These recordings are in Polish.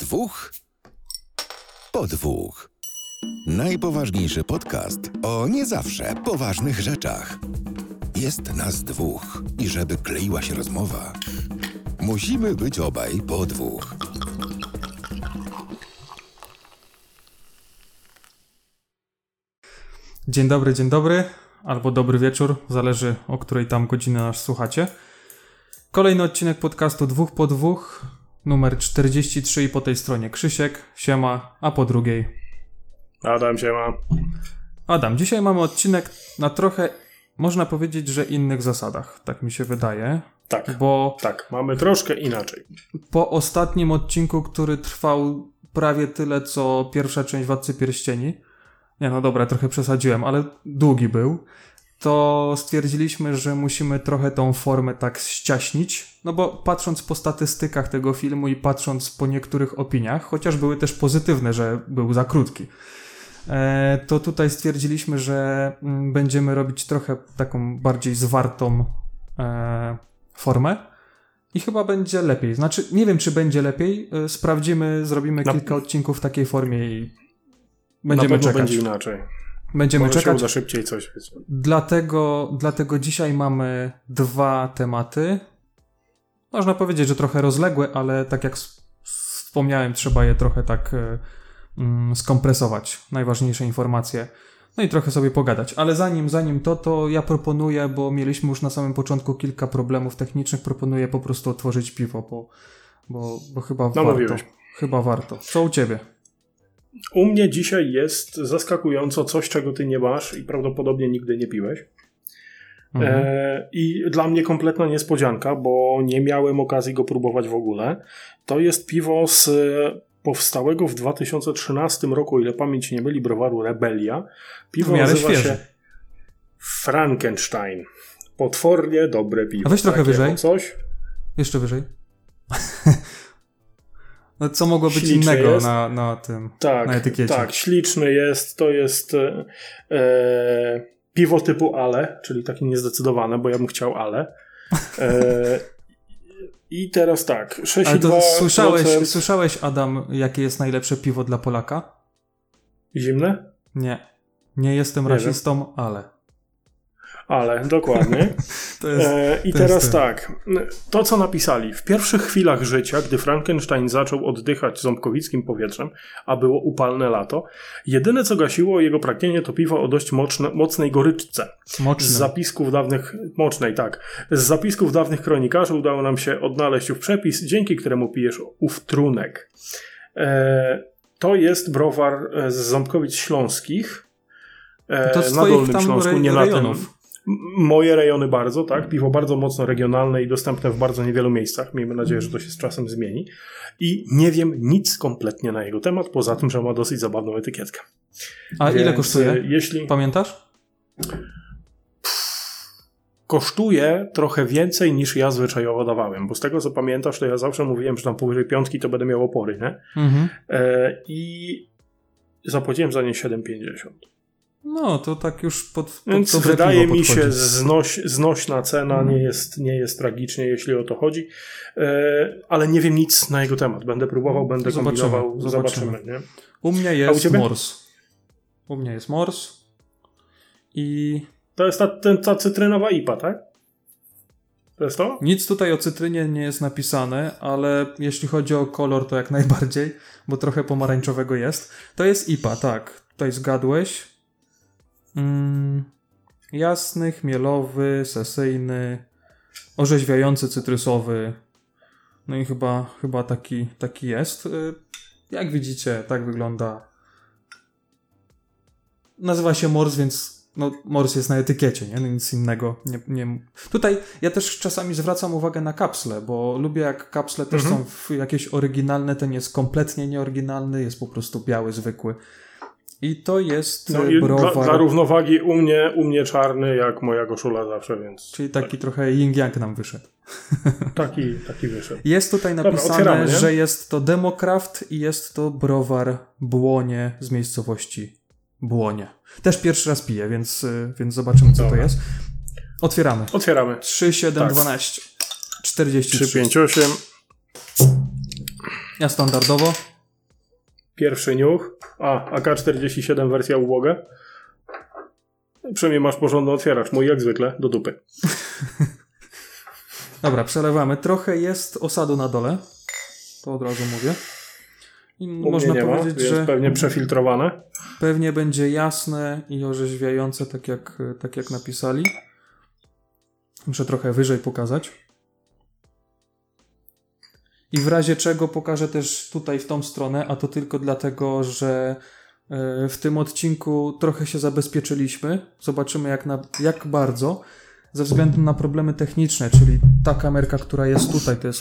dwóch po dwóch. Najpoważniejszy podcast o nie zawsze poważnych rzeczach. Jest nas dwóch i żeby kleiła się rozmowa, musimy być obaj po dwóch. Dzień dobry, albo dobry wieczór, zależy o której tam godziny nas słuchacie. Kolejny odcinek podcastu dwóch po dwóch, numer 43 i po tej stronie Krzysiek, siema, a po drugiej Adam, siema. Adam, dzisiaj mamy odcinek na trochę, można powiedzieć, że innych zasadach, tak mi się wydaje. Tak, mamy troszkę inaczej. Po ostatnim odcinku, który trwał prawie tyle, co pierwsza część Władcy Pierścieni, nie no dobra, trochę przesadziłem, ale długi był, to stwierdziliśmy, że musimy trochę tą formę tak ściaśnić, no bo patrząc po statystykach tego filmu i patrząc po niektórych opiniach, chociaż były też pozytywne, że był za krótki, to tutaj stwierdziliśmy, że będziemy robić trochę taką bardziej zwartą formę i chyba będzie lepiej. Znaczy, nie wiem, czy będzie lepiej, sprawdzimy, zrobimy kilka odcinków w takiej formie i będziemy czekać. Będzie inaczej. Będziemy Może czekać. Się uda szybciej coś. Dlatego dzisiaj mamy dwa tematy. Można powiedzieć, że trochę rozległe, ale tak jak wspomniałem, trzeba je trochę tak skompresować. Najważniejsze informacje. No i trochę sobie pogadać. Ale zanim to ja proponuję, bo mieliśmy już na samym początku kilka problemów technicznych, proponuję po prostu otworzyć piwo, bo chyba warto. Chyba warto. Co u ciebie? U mnie dzisiaj jest zaskakująco coś, czego ty nie masz i prawdopodobnie nigdy nie piłeś. I dla mnie kompletna niespodzianka, bo nie miałem okazji go próbować w ogóle. To jest piwo z powstałego w 2013 roku, o ile pamięć nie myli, browaru Rebelia. Piwo nazywa się Frankenstein. Potwornie dobre piwo. A weź trochę wyżej. Coś? Jeszcze wyżej. No, co mogło być innego na tym, na etykiecie? Tak, śliczny jest. To jest piwo typu ale, czyli takie niezdecydowane, bo ja bym chciał ale. I teraz tak, 6,2%. Słyszałeś, Adam, jakie jest najlepsze piwo dla Polaka? Zimne? Nie jestem rasistą, ale. Ale, dokładnie. I teraz tak, to co napisali. W pierwszych chwilach życia, gdy Frankenstein zaczął oddychać ząbkowickim powietrzem, a było upalne lato, jedyne co gasiło jego pragnienie to piwo o dość mocnej goryczce. Z zapisków dawnych kronikarzy udało nam się odnaleźć ów przepis, dzięki któremu pijesz ów trunek. To jest browar z Ząbkowic Śląskich. To z na Dolnym Śląsku, nie rejonów. Na tym. Moje rejony bardzo, tak? Piwo bardzo mocno regionalne i dostępne w bardzo niewielu miejscach. Miejmy nadzieję, że to się z czasem zmieni. I nie wiem nic kompletnie na jego temat, poza tym, że ma dosyć zabawną etykietkę. A ile kosztuje? Pamiętasz? Kosztuje trochę więcej niż ja zwyczajowo dawałem, bo z tego co pamiętasz, to ja zawsze mówiłem, że tam powyżej 5 to będę miał opory, nie? I zapłaciłem za nie 7,50. No, to tak już Więc wydaje mi się znośna cena, nie jest tragicznie, jeśli o to chodzi. Ale nie wiem nic na jego temat. Będę próbował, będę kombinował, zobaczymy. Nie? U mnie jest mors. U mnie jest mors. I... To jest ta cytrynowa IPA, tak? To jest to? Nic tutaj o cytrynie nie jest napisane, ale jeśli chodzi o kolor, to jak najbardziej, bo trochę pomarańczowego jest. To jest IPA, tak. Tutaj zgadłeś. Jasny, chmielowy, sesyjny, orzeźwiający, cytrysowy. No i chyba taki jest. Jak widzicie, tak wygląda. Nazywa się mors, więc mors jest na etykiecie, nie? No nic innego. Nie. Tutaj ja też czasami zwracam uwagę na kapsle, bo lubię jak kapsle też są jakieś oryginalne, ten jest kompletnie nieoryginalny, jest po prostu biały, zwykły. I to jest browar... Dla równowagi u mnie czarny, jak moja koszula zawsze, więc... Czyli taki trochę yin-yang nam wyszedł. Taki wyszedł. Jest tutaj napisane, że jest to Democraft i jest to browar Błonie z miejscowości Błonie. Też pierwszy raz piję, więc zobaczymy, co to jest. Otwieramy. 3, 7, 12, 43. 3, 5, 8. Ja standardowo. Pierwszy niuch. AK-47 wersja uboga. Przynajmniej masz porządny otwieracz. Mój jak zwykle do dupy. Dobra, przelewamy. Trochę jest osadu na dole. To od razu mówię. I można powiedzieć, że pewnie przefiltrowane. Pewnie będzie jasne i orzeźwiające, tak jak napisali. Muszę trochę wyżej pokazać. I w razie czego pokażę też tutaj w tą stronę, a to tylko dlatego, że w tym odcinku trochę się zabezpieczyliśmy. Zobaczymy jak bardzo. Ze względu na problemy techniczne, czyli ta kamerka, która jest tutaj, to jest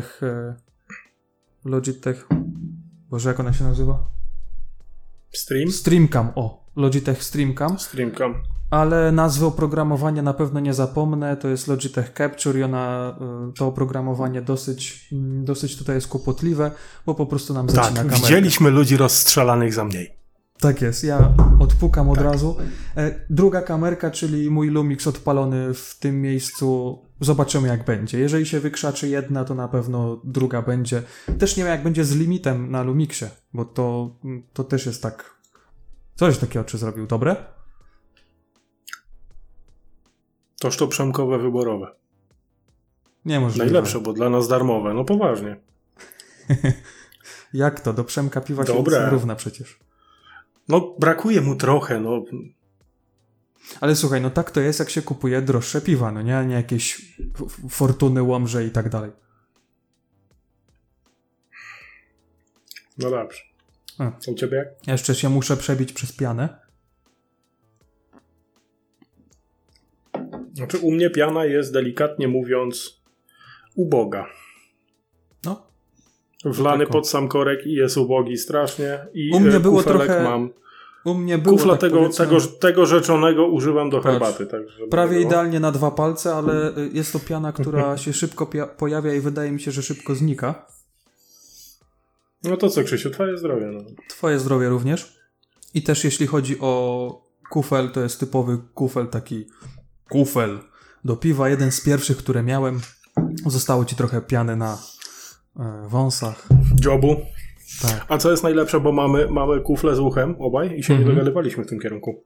Logitech. Boże, jak ona się nazywa? Streamcam, Logitech Streamcam. Ale nazwy oprogramowania na pewno nie zapomnę, to jest Logitech Capture i to oprogramowanie dosyć tutaj jest kłopotliwe, bo po prostu nam zacina kamerkę. Widzieliśmy ludzi rozstrzelanych za mniej. Tak jest, ja odpukam od razu. Druga kamerka, czyli mój Lumix odpalony w tym miejscu, zobaczymy jak będzie. Jeżeli się wykrzaczy jedna, to na pewno druga będzie. Też nie wiem jak będzie z limitem na Lumixie, bo to też jest tak... Coś takie oczy zrobił, dobre? Toż to przemkowe wyborowe. Niemożliwe. Najlepsze, bo dla nas darmowe, no poważnie. Jak to? Do przemka piwa się nic nie równa przecież. No brakuje mu trochę, no. Ale słuchaj, no tak to jest jak się kupuje droższe piwa, no nie? A nie jakieś Fortuny, Łomże i tak dalej. No dobrze. U ciebie jak? Jeszcze się muszę przebić przez pianę. Znaczy u mnie piana jest delikatnie mówiąc uboga. No. Wlany pod sam korek i jest ubogi strasznie. I u mnie było trochę... mam. U mnie było kufla tak tego rzeczonego używam do herbaty. Tak, prawie idealnie na 2 palce, ale jest to piana, która się szybko pojawia i wydaje mi się, że szybko znika. No to co, Krzysiu, twoje zdrowie. No. Twoje zdrowie również. I też jeśli chodzi o kufel, to jest typowy kufel, taki kufel do piwa. Jeden z pierwszych, które miałem. Zostało ci trochę piany na wąsach. Dziobu. Tak. A co jest najlepsze, bo mamy kufle z uchem obaj i się nie dogadywaliśmy w tym kierunku.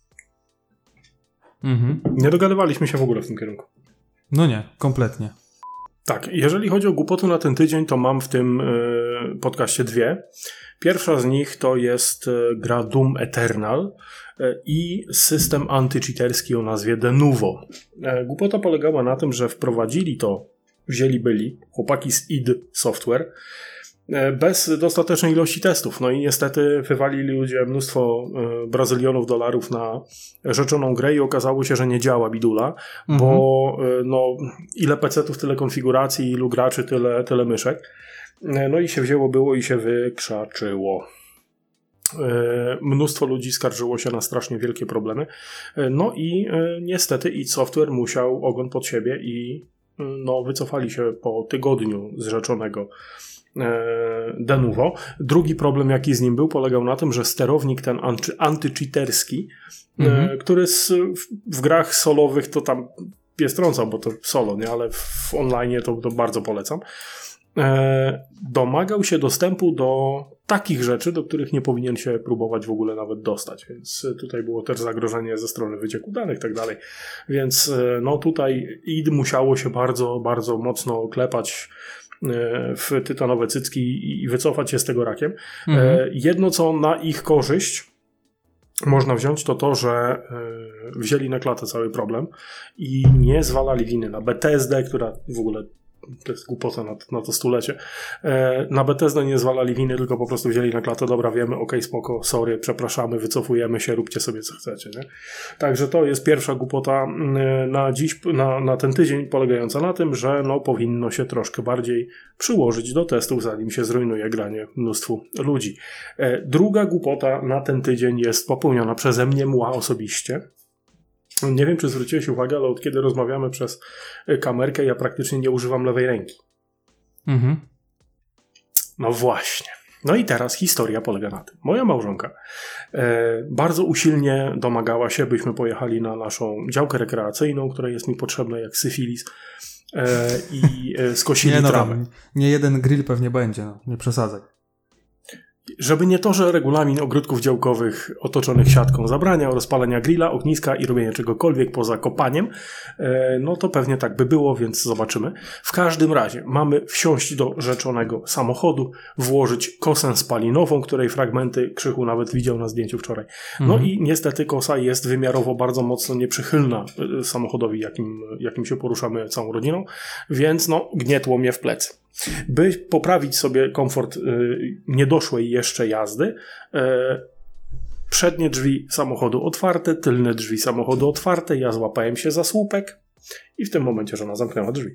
Nie dogadywaliśmy się w ogóle w tym kierunku. No nie, kompletnie. Tak, jeżeli chodzi o głupoty na ten tydzień, to mam w tym podcaście 2. Pierwsza z nich to jest gra Doom Eternal i system antycheaterski o nazwie Denuvo. Głupota polegała na tym, że wzięli chłopaki z id Software bez dostatecznej ilości testów. No i niestety wywalili ludzie mnóstwo brazylionów dolarów na rzeczoną grę i okazało się, że nie działa bidula, bo ile PC-ów, tyle konfiguracji, ilu graczy, tyle myszek. No i się było i się wykrzaczyło. Mnóstwo ludzi skarżyło się na strasznie wielkie problemy. No i niestety id Software musiał ogon pod siebie i wycofali się po tygodniu z rzeczonego Denuvo. Drugi problem, jaki z nim był, polegał na tym, że sterownik ten antycheaterski, który w grach solowych to tam jest trącał, bo to solo, nie? Ale w online to bardzo polecam. Domagał się dostępu do takich rzeczy, do których nie powinien się próbować w ogóle nawet dostać, więc tutaj było też zagrożenie ze strony wycieku danych i tak dalej, więc tutaj id musiało się bardzo, bardzo mocno klepać w tytanowe cycki i wycofać się z tego rakiem. Jedno, co na ich korzyść można wziąć, to, że wzięli na klatę cały problem i nie zwalali winy na Bethesdę, która w ogóle to jest głupota na to stulecie. Na Bethesdę nie zwalali winy, tylko po prostu wzięli na klatę, dobra, wiemy, okej, spoko, sorry, przepraszamy, wycofujemy się, róbcie sobie co chcecie, nie? Także to jest pierwsza głupota na dziś, na ten tydzień, polegająca na tym, że powinno się troszkę bardziej przyłożyć do testów, zanim się zrujnuje granie mnóstwu ludzi. Druga głupota na ten tydzień jest popełniona przeze mnie osobiście. Nie wiem, czy zwróciłeś uwagę, ale od kiedy rozmawiamy przez kamerkę, ja praktycznie nie używam lewej ręki. No właśnie. No i teraz historia polega na tym. Moja małżonka bardzo usilnie domagała się, byśmy pojechali na naszą działkę rekreacyjną, która jest mi potrzebna jak syfilis, i skosili trawę. Nie jeden grill pewnie będzie, nie przesadzaj. żeby nie to, że regulamin ogródków działkowych otoczonych siatką zabraniał rozpalania grilla, ogniska i robienia czegokolwiek poza kopaniem, no to pewnie tak by było, więc zobaczymy. W każdym razie mamy wsiąść do rzeczonego samochodu, włożyć kosę spalinową, której fragmenty Krzychu nawet widział na zdjęciu wczoraj. No i niestety kosa jest wymiarowo bardzo mocno nieprzychylna samochodowi, jakim się poruszamy całą rodziną, więc no gnietło mnie w plecy. By poprawić sobie komfort niedoszłej jeszcze jazdy, przednie drzwi samochodu otwarte, tylne drzwi samochodu otwarte, ja złapałem się za słupek i w tym momencie żona zamknęła drzwi.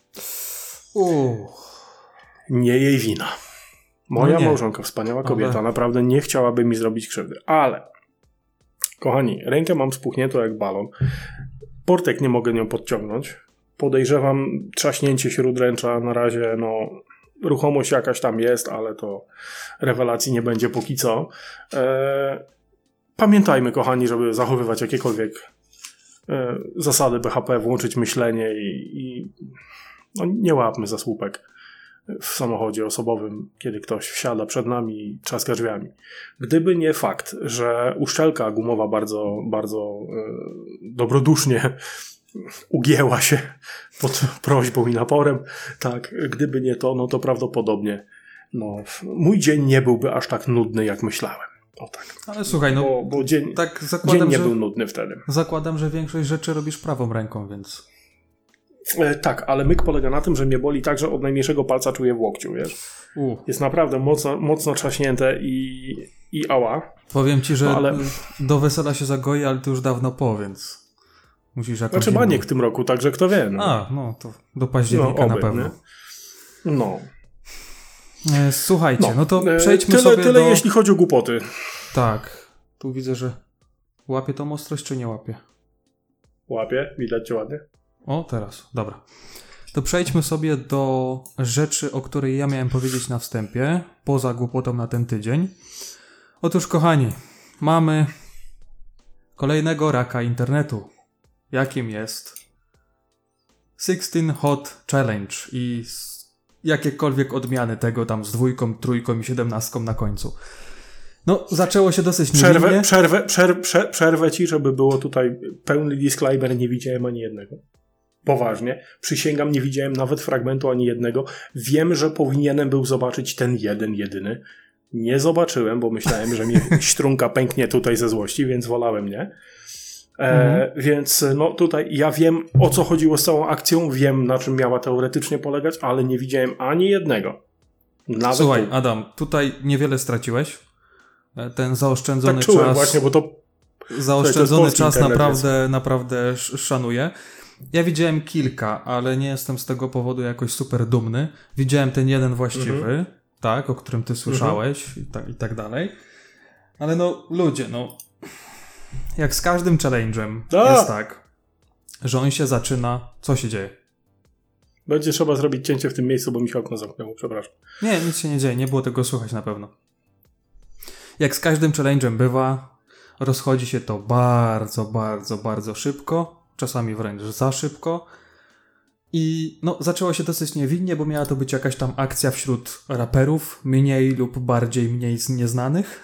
Nie jej wina. Moja małżonka, wspaniała kobieta, naprawdę nie chciałaby mi zrobić krzywdy, ale kochani, rękę mam spuchniętą jak balon, portek nie mogę nią podciągnąć. Podejrzewam trzaśnięcie śródręcza na razie, no ruchomość jakaś tam jest, ale to rewelacji nie będzie póki co. Pamiętajmy, kochani, żeby zachowywać jakiekolwiek zasady BHP, włączyć myślenie i no, nie łapmy za słupek w samochodzie osobowym, kiedy ktoś wsiada przed nami i trzaska drzwiami. Gdyby nie fakt, że uszczelka gumowa bardzo, bardzo dobrodusznie ugięła się pod prośbą i naporem. Tak, gdyby nie to, no to prawdopodobnie mój dzień nie byłby aż tak nudny, jak myślałem. O tak. Ale słuchaj, no bo dzień, tak zakładam, dzień nie był nudny wtedy. Zakładam, że większość rzeczy robisz prawą ręką, więc... Tak, ale myk polega na tym, że mnie boli tak, że od najmniejszego palca czuję w łokciu, wiesz? Jest naprawdę mocno trzaśnięte i ała. Powiem ci, że do wesela się zagoi, ale to już dawno po, więc... Musisz jakoś... Znaczy baniek w tym roku, także kto wie. No to do października na pewno. Nie? No. Słuchajcie, no to przejdźmy sobie tyle jeśli chodzi o głupoty. Tak. Tu widzę, że łapie tą ostrość, czy nie łapie? Łapie, widać cię ładnie. O, teraz, dobra. To przejdźmy sobie do rzeczy, o której ja miałem powiedzieć na wstępie, poza głupotą na ten tydzień. Otóż, kochani, mamy kolejnego raka internetu. Jakim jest 16 Hot Challenge i jakiekolwiek odmiany tego tam z 2, 3 i 17 na końcu. No, zaczęło się dosyć niewinnie. Przerwę ci, żeby było tutaj pełny disclaimer, nie widziałem ani jednego. Poważnie. Przysięgam, nie widziałem nawet fragmentu ani jednego. Wiem, że powinienem był zobaczyć ten jedyny. Nie zobaczyłem, bo myślałem, że mnie strunka pęknie tutaj ze złości, więc wolałem nie. Więc no tutaj ja wiem, o co chodziło z całą akcją, wiem, na czym miała teoretycznie polegać, ale nie widziałem ani jednego. Nawet Słuchaj, Adam, tutaj niewiele straciłeś. Ten zaoszczędzony tak czułem czas... właśnie, bo to... Zaoszczędzony czas naprawdę szanuję. Ja widziałem kilka, ale nie jestem z tego powodu jakoś super dumny. Widziałem ten jeden właściwy, tak, o którym ty słyszałeś i tak dalej. Ale no, ludzie, no... Jak z każdym challenge'em jest tak, że on się zaczyna... Co się dzieje? Będzie trzeba zrobić cięcie w tym miejscu, bo mi się okno zamknęło, przepraszam. Nie, nic się nie dzieje, nie było tego słychać na pewno. Jak z każdym challenge'em bywa, rozchodzi się to bardzo, bardzo, bardzo szybko, czasami wręcz za szybko. I no, zaczęło się dosyć niewinnie, bo miała to być jakaś tam akcja wśród raperów, mniej lub bardziej mniej nieznanych.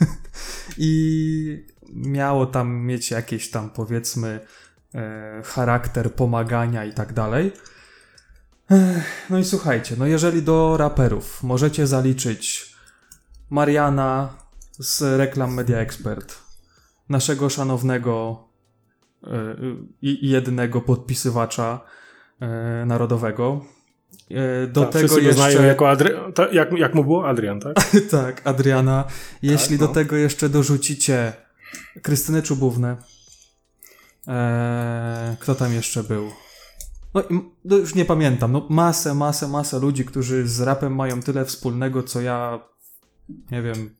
I miało tam mieć jakieś tam, powiedzmy, charakter pomagania i tak dalej. No i słuchajcie, no jeżeli do raperów możecie zaliczyć Mariana z reklam Media Expert, naszego szanownego i jednego podpisywacza narodowego. Do tego wszyscy jeszcze... go znają jako jak mu było? Adrian, tak? Tak, Adriana. Jeśli do tego jeszcze dorzucicie Krystynę Czubównę, kto tam jeszcze był? No już nie pamiętam. No masę ludzi, którzy z rapem mają tyle wspólnego, co ja, nie wiem,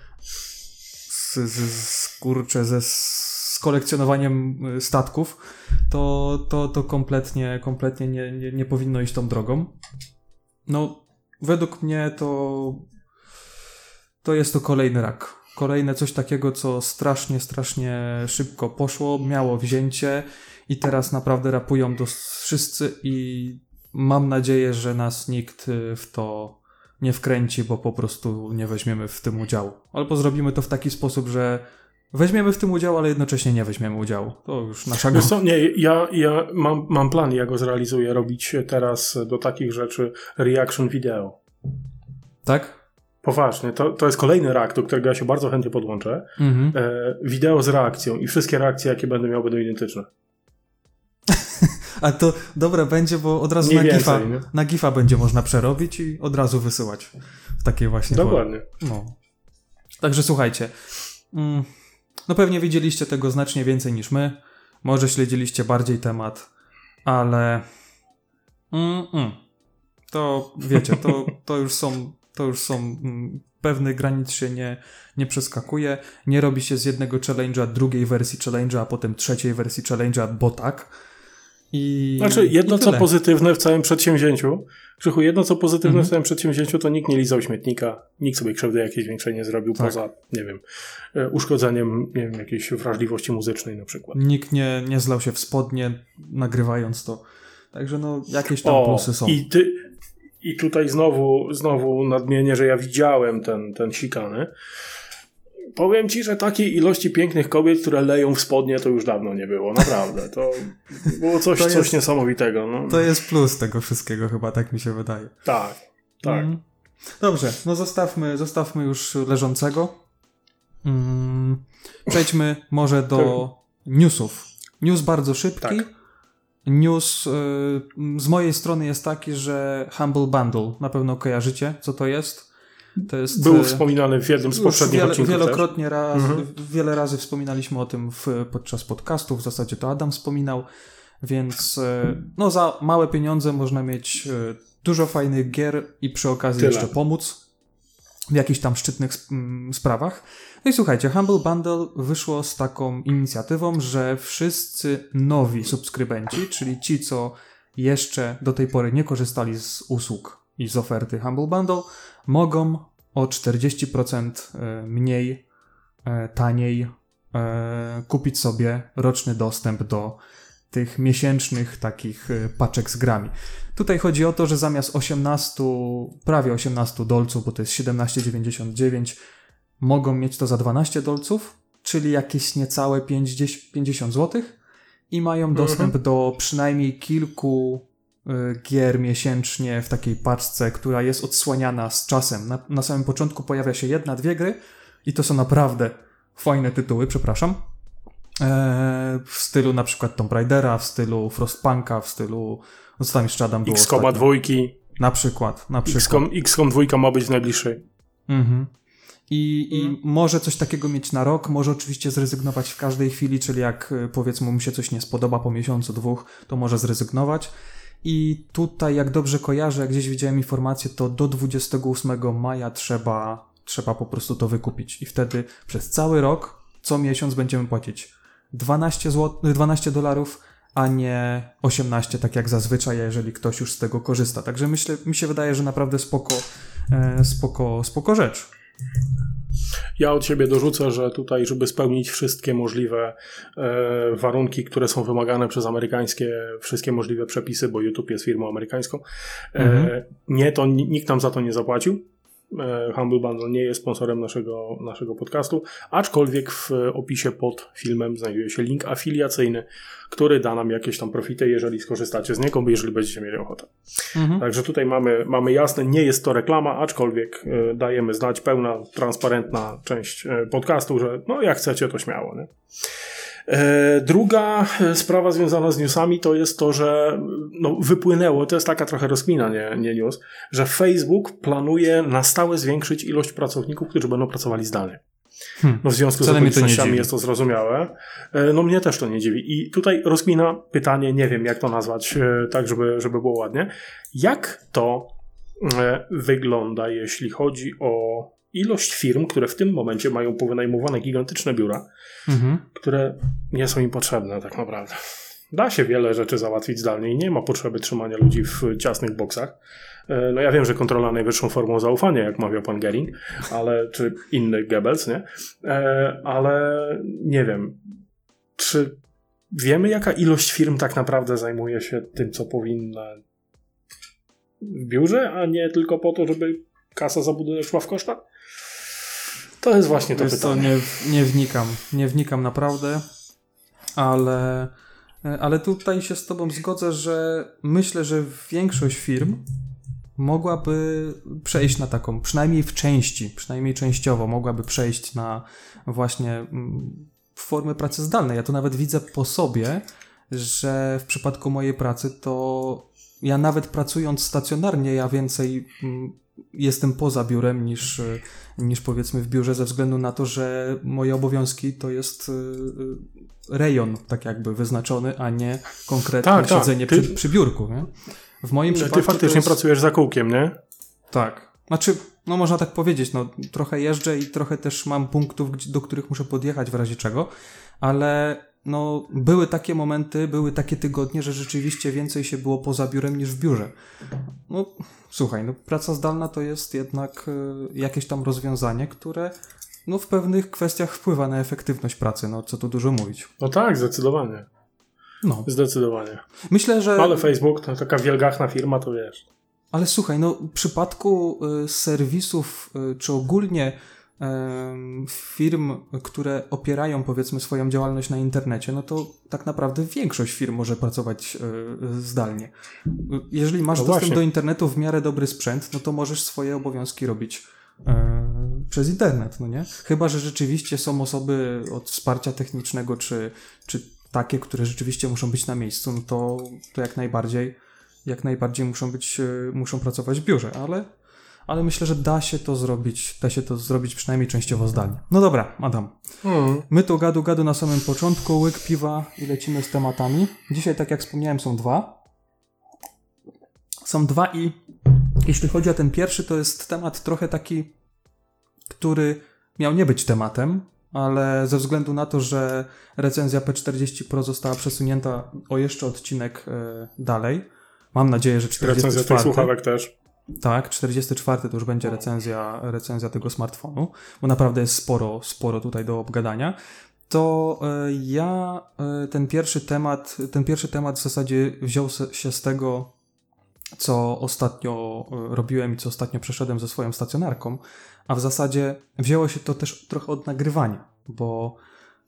z kolekcjonowaniem statków, to kompletnie nie powinno iść tą drogą. No, według mnie to jest to kolejny rak. Kolejne coś takiego, co strasznie szybko poszło, miało wzięcie i teraz naprawdę rapują wszyscy i mam nadzieję, że nas nikt w to nie wkręci, bo po prostu nie weźmiemy w tym udziału. Albo zrobimy to w taki sposób, że weźmiemy w tym udział, ale jednocześnie nie weźmiemy udziału. To już nasza gra. Ja mam plan, ja go zrealizuję, robić teraz do takich rzeczy reaction video. Tak? Poważnie, to jest kolejny reakt, do którego ja się bardzo chętnie podłączę. Wideo z reakcją i wszystkie reakcje, jakie będę miał, będą identyczne. A to dobre będzie, bo od razu na GIFa będzie można przerobić i od razu wysyłać w takiej właśnie Dokładnie. No. Także słuchajcie, no pewnie widzieliście tego znacznie więcej niż my, może śledziliście bardziej temat, ale to wiecie, to już są pewnych granic się nie przeskakuje, nie robi się z jednego challenge'a drugiej wersji challenge'a, a potem trzeciej wersji challenge'a, bo tak. Znaczy, co pozytywne w całym przedsięwzięciu, Krzychu, w całym przedsięwzięciu, to nikt nie lizał śmietnika, nikt sobie krzywdy jakiejś większej nie zrobił, poza, nie wiem, uszkodzeniem, nie wiem, jakiejś wrażliwości muzycznej na przykład. Nikt nie zlał się w spodnie, nagrywając to. Także no, jakieś tam plusy są. I tutaj znowu nadmienię, że ja widziałem ten sikany. Powiem ci, że takiej ilości pięknych kobiet, które leją w spodnie, to już dawno nie było. Naprawdę. To było coś niesamowitego. No. To jest plus tego wszystkiego chyba, tak mi się wydaje. Tak. Dobrze, no zostawmy już leżącego. Przejdźmy może do newsów. News bardzo szybki. Tak. News z mojej strony jest taki, że Humble Bundle, na pewno kojarzycie, co to jest. Był wspominany w jednym z poprzednich odcinków. Wielokrotnie wiele razy wspominaliśmy o tym podczas podcastów, w zasadzie to Adam wspominał, więc no za małe pieniądze można mieć dużo fajnych gier i przy okazji jeszcze pomóc w jakichś tam szczytnych sprawach. No i słuchajcie, Humble Bundle wyszło z taką inicjatywą, że wszyscy nowi subskrybenci, czyli ci, co jeszcze do tej pory nie korzystali z usług i z oferty Humble Bundle, mogą o 40% mniej, taniej kupić sobie roczny dostęp do tych miesięcznych takich paczek z grami. Tutaj chodzi o to, że zamiast prawie 18 dolców, bo to jest 17,99, mogą mieć to za 12 dolców, czyli jakieś niecałe 50 zł i mają dostęp do przynajmniej kilku gier miesięcznie w takiej paczce, która jest odsłaniana z czasem. Na samym początku pojawia się 1-2 gry i to są naprawdę fajne tytuły, w stylu na przykład Tomb Raidera, w stylu Frostpunka, w stylu, no co tam jeszcze Adam było XCOM 2. Na przykład. XCOM 2 ma być w najbliższej. I może coś takiego mieć na rok, może oczywiście zrezygnować w każdej chwili, czyli jak powiedzmy mu się coś nie spodoba po miesiącu, 2, to może zrezygnować. I tutaj, jak dobrze kojarzę, jak gdzieś widziałem informację, to do 28 maja trzeba po prostu to wykupić. I wtedy przez cały rok, co miesiąc będziemy płacić $12, a nie 18, tak jak zazwyczaj, jeżeli ktoś już z tego korzysta. Także mi się wydaje, że naprawdę spoko rzecz. Ja od siebie dorzucę, że tutaj, żeby spełnić wszystkie możliwe warunki, które są wymagane przez wszystkie możliwe przepisy, bo YouTube jest firmą amerykańską, nikt nam za to nie zapłacił. Humble Bundle nie jest sponsorem naszego podcastu, aczkolwiek w opisie pod filmem znajduje się link afiliacyjny, który da nam jakieś tam profity, jeżeli skorzystacie z niego, jeżeli będziecie mieli ochotę. Także tutaj mamy jasne, nie jest to reklama, aczkolwiek dajemy znać, pełna, transparentna część podcastu, że no jak chcecie, to śmiało, nie? Druga sprawa związana z newsami to jest to, że wypłynęło, to jest taka trochę rozkmina, nie news, że Facebook planuje na stałe zwiększyć ilość pracowników, którzy będą pracowali zdalnie. W związku z okolicznościami jest to zrozumiałe. Mnie też to nie dziwi. I tutaj rozkmina pytanie, nie wiem jak to nazwać, tak żeby było ładnie. Jak to wygląda, jeśli chodzi o ilość firm, które w tym momencie mają powynajmowane gigantyczne biura, które nie są im potrzebne tak naprawdę. Da się wiele rzeczy załatwić zdalnie i nie ma potrzeby trzymania ludzi w ciasnych boksach. No ja wiem, że kontrola najwyższą formą zaufania, jak mawiał pan Gering, czy inny Goebbels, nie? Ale nie wiem, czy wiemy, jaka ilość firm tak naprawdę zajmuje się tym, co powinna w biurze, a nie tylko po to, żeby kasa za budowę szła w koszta? To jest właśnie to pytanie. Nie wnikam naprawdę, ale tutaj się z tobą zgodzę, że myślę, że większość firm mogłaby przejść na taką, przynajmniej częściowo mogłaby przejść na właśnie formę pracy zdalnej. Ja to nawet widzę po sobie, że w przypadku mojej pracy to ja nawet pracując stacjonarnie, ja więcej jestem poza biurem niż powiedzmy w biurze, ze względu na to, że moje obowiązki to jest rejon tak jakby wyznaczony, a nie konkretne siedzenie przy biurku. Nie? W moim przypadku ty faktycznie pracujesz za kółkiem, nie? Tak. Znaczy, no można tak powiedzieć, no trochę jeżdżę i trochę też mam punktów, do których muszę podjechać w razie czego, ale no były takie momenty, były takie tygodnie, że rzeczywiście więcej się było poza biurem niż w biurze. No słuchaj, no praca zdalna to jest jednak jakieś tam rozwiązanie, które no w pewnych kwestiach wpływa na efektywność pracy, no co tu dużo mówić. No tak, zdecydowanie. No. Zdecydowanie. Myślę, że... Ale Facebook to taka wielgachna firma, to wiesz. Ale słuchaj, no w przypadku serwisów, czy ogólnie firm, które opierają powiedzmy swoją działalność na internecie, no to tak naprawdę większość firm może pracować zdalnie. Jeżeli masz dostęp do internetu, w miarę dobry sprzęt, no to możesz swoje obowiązki robić przez internet, no nie? Chyba że rzeczywiście są osoby od wsparcia technicznego, czy takie, które rzeczywiście muszą być na miejscu, no to jak najbardziej muszą pracować w biurze, ale myślę, że da się to zrobić przynajmniej częściowo zdalnie. No dobra, Adam. My tu gadu na samym początku, łyk piwa i lecimy z tematami. Dzisiaj, tak jak wspomniałem, są dwa. I jeśli chodzi o ten pierwszy, to jest temat trochę taki, który miał nie być tematem, ale ze względu na to, że recenzja P40 Pro została przesunięta o jeszcze odcinek dalej. Mam nadzieję, że 44. Recenzja tych słuchawek też. Tak, 44 to już będzie recenzja tego smartfonu, bo naprawdę jest sporo tutaj do obgadania. To ja ten pierwszy temat w zasadzie wziął się z tego, co ostatnio robiłem i co ostatnio przeszedłem ze swoją stacjonarką, a w zasadzie wzięło się to też trochę od nagrywania, bo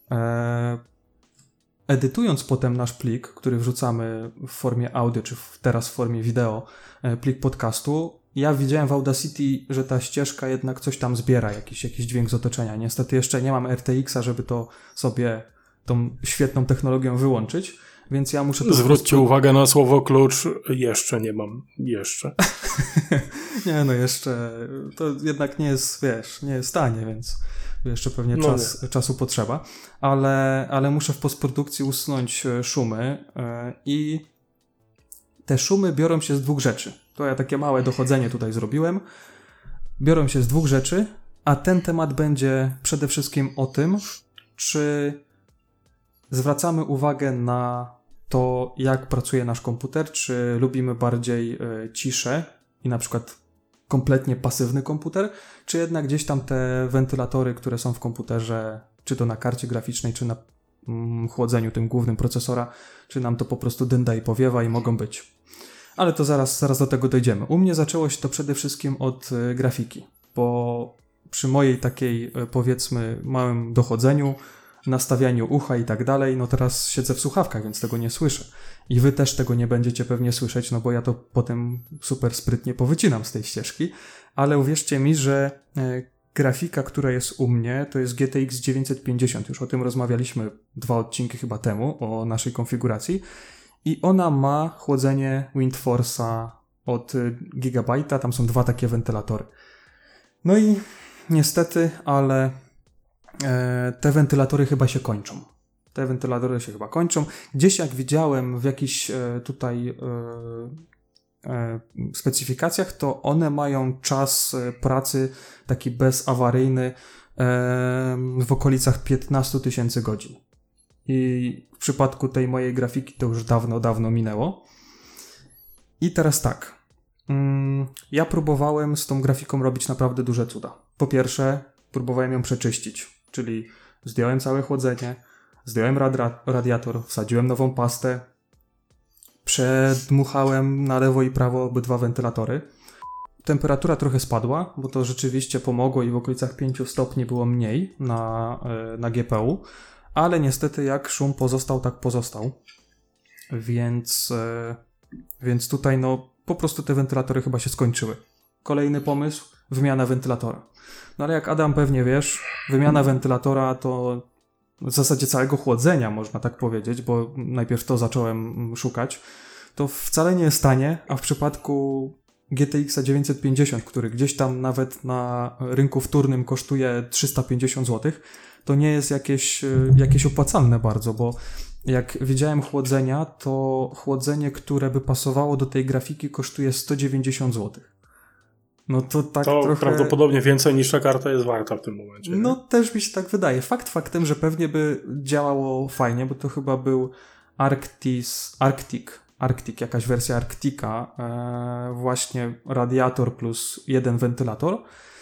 edytując potem nasz plik, który wrzucamy w formie audio, czy teraz w formie wideo, plik podcastu, ja widziałem w Audacity, że ta ścieżka jednak coś tam zbiera, jakiś dźwięk z otoczenia. Niestety jeszcze nie mam RTX-a, żeby to sobie tą świetną technologią wyłączyć, więc ja muszę... Zwróćcie uwagę na słowo klucz. Jeszcze nie mam. Jeszcze. Nie, no jeszcze. To jednak nie jest, nie jest tanie, więc jeszcze pewnie czasu potrzeba. Ale muszę w postprodukcji usunąć szumy i te szumy biorą się z dwóch rzeczy. To ja takie małe dochodzenie tutaj zrobiłem. Biorą się z dwóch rzeczy, a ten temat będzie przede wszystkim o tym, czy zwracamy uwagę na to, jak pracuje nasz komputer, czy lubimy bardziej ciszę i na przykład kompletnie pasywny komputer, czy jednak gdzieś tam te wentylatory, które są w komputerze, czy to na karcie graficznej, czy na chłodzeniu tym głównym procesora, czy nam to po prostu dynda i powiewa i mogą być. Ale to zaraz do tego dojdziemy. U mnie zaczęło się to przede wszystkim od grafiki, bo przy mojej takiej, powiedzmy, małym dochodzeniu, nastawianiu ucha i tak dalej, no teraz siedzę w słuchawkach, więc tego nie słyszę. I wy też tego nie będziecie pewnie słyszeć, no bo ja to potem super sprytnie powycinam z tej ścieżki, ale uwierzcie mi, że grafika, która jest u mnie, to jest GTX 950. Już o tym rozmawialiśmy 2 odcinki chyba temu, o naszej konfiguracji. I ona ma chłodzenie Windforce'a od Gigabyte'a, tam są 2 takie wentylatory. No i niestety, ale te wentylatory chyba się kończą. Gdzieś jak widziałem w jakichś tutaj specyfikacjach, to one mają czas pracy taki bezawaryjny w okolicach 15 000 godzin. I w przypadku tej mojej grafiki to już dawno minęło. I teraz tak. Ja próbowałem z tą grafiką robić naprawdę duże cuda. Po pierwsze, próbowałem ją przeczyścić, czyli zdjąłem całe chłodzenie, zdjąłem radiator, wsadziłem nową pastę, przedmuchałem na lewo i prawo obydwa wentylatory. temperatura trochę spadła, bo to rzeczywiście pomogło i w okolicach 5 stopni było mniej na GPU, ale niestety jak szum pozostał, tak pozostał. Więc tutaj po prostu te wentylatory chyba się skończyły. Kolejny pomysł, wymiana wentylatora. No ale jak Adam pewnie wiesz, wymiana wentylatora to w zasadzie całego chłodzenia, można tak powiedzieć, bo najpierw to zacząłem szukać, to wcale nie jest tanie, a w przypadku GTX 950, który gdzieś tam nawet na rynku wtórnym kosztuje 350 zł, to nie jest jakieś opłacalne bardzo, bo jak widziałem chłodzenia, to chłodzenie, które by pasowało do tej grafiki, kosztuje 190 zł. No to tak to trochę... prawdopodobnie więcej niż ta karta jest warta w tym momencie. No też mi się tak wydaje. Fakt faktem, że pewnie by działało fajnie, bo to chyba był Arctic, jakaś wersja Arctica, właśnie radiator plus jeden wentylator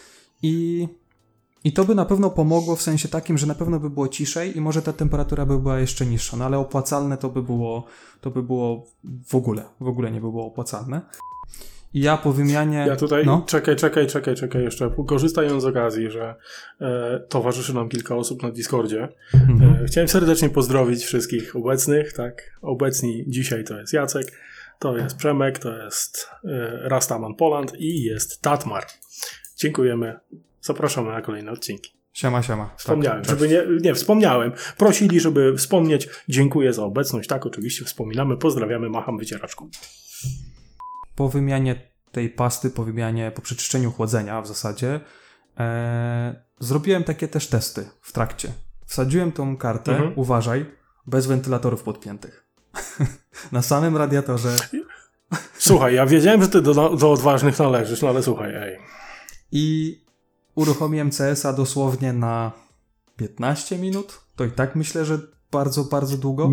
i to by na pewno pomogło w sensie takim, że na pewno by było ciszej i może ta temperatura by była jeszcze niższa, no ale opłacalne to by było w ogóle nie by było opłacalne. I ja po wymianie... Ja tutaj, czekaj jeszcze, korzystając z okazji, że towarzyszy nam kilka osób na Discordzie, chciałem serdecznie pozdrowić wszystkich obecnych, tak, obecni dzisiaj to jest Jacek, to jest Przemek, to jest Rastaman Poland i jest Tatmar. Dziękujemy, zapraszamy na kolejne odcinki. Siema. Wspomniałem, wspomniałem. Prosili, żeby wspomnieć. Dziękuję za obecność. Tak, oczywiście wspominamy. Pozdrawiamy, macham wycieraczką. Po wymianie tej pasty, po przeczyszczeniu chłodzenia w zasadzie, zrobiłem takie też testy w trakcie. Wsadziłem tą kartę, uważaj, bez wentylatorów podpiętych. Na samym radiatorze. Słuchaj, ja wiedziałem, że ty do odważnych należysz, no ale słuchaj, I uruchomiłem CS-a dosłownie na 15 minut. To i tak myślę, że bardzo, bardzo długo.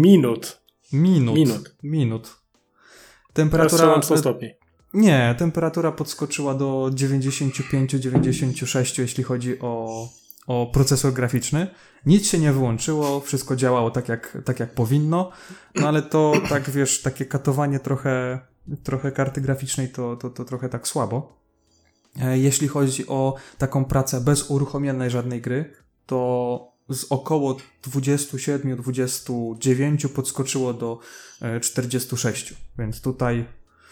Minut. Temperatura 100 stopni. Nie, temperatura podskoczyła do 95-96, jeśli chodzi o procesor graficzny. Nic się nie wyłączyło, wszystko działało tak jak powinno, no ale to tak wiesz, takie katowanie trochę karty graficznej to trochę tak słabo. Jeśli chodzi o taką pracę bez uruchomionej żadnej gry, to z około 27-29 podskoczyło do 46, więc tutaj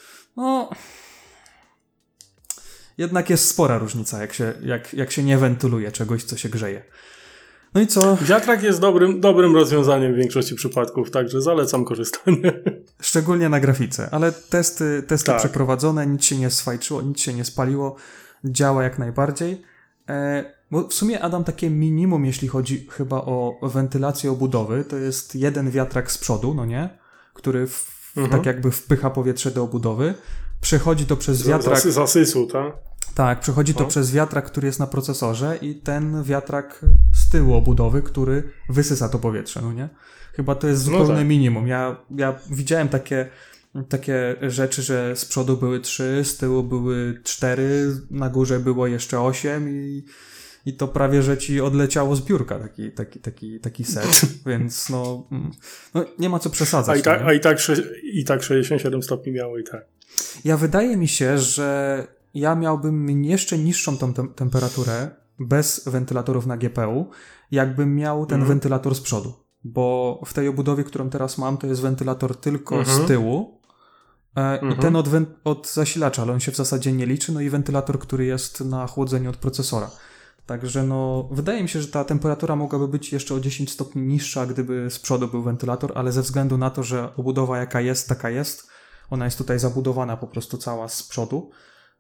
jednak jest spora różnica, jak się nie wentyluje czegoś, co się grzeje. No i co? Wiatrak jest dobrym rozwiązaniem w większości przypadków, także zalecam korzystanie. Szczególnie na grafice, ale testy tak przeprowadzone, nic się nie sfajczyło, nic się nie spaliło, działa jak najbardziej. Bo w sumie, Adam, takie minimum, jeśli chodzi chyba o wentylację obudowy, to jest jeden wiatrak z przodu, no nie? Który tak jakby wpycha powietrze do obudowy. Przechodzi to przez wiatrak... Zasysu, tak? Tak, przechodzi to przez wiatrak, który jest na procesorze i ten wiatrak z tyłu obudowy, który wysysa to powietrze, no nie? Chyba to jest zupełne minimum. Ja widziałem takie rzeczy, że z przodu były 3, z tyłu były 4, na górze było jeszcze 8 i to prawie, że ci odleciało z biurka taki set, więc nie ma co przesadzać. I tak 67 stopni miało i tak. Wydaje mi się, że ja miałbym jeszcze niższą tą temperaturę bez wentylatorów na GPU, jakbym miał ten wentylator z przodu, bo w tej obudowie, którą teraz mam, to jest wentylator tylko z tyłu i ten od zasilacza, ale on się w zasadzie nie liczy, no i wentylator, który jest na chłodzeniu od procesora. Także wydaje mi się, że ta temperatura mogłaby być jeszcze o 10 stopni niższa, gdyby z przodu był wentylator, ale ze względu na to, że obudowa jaka jest, taka jest, ona jest tutaj zabudowana po prostu cała z przodu.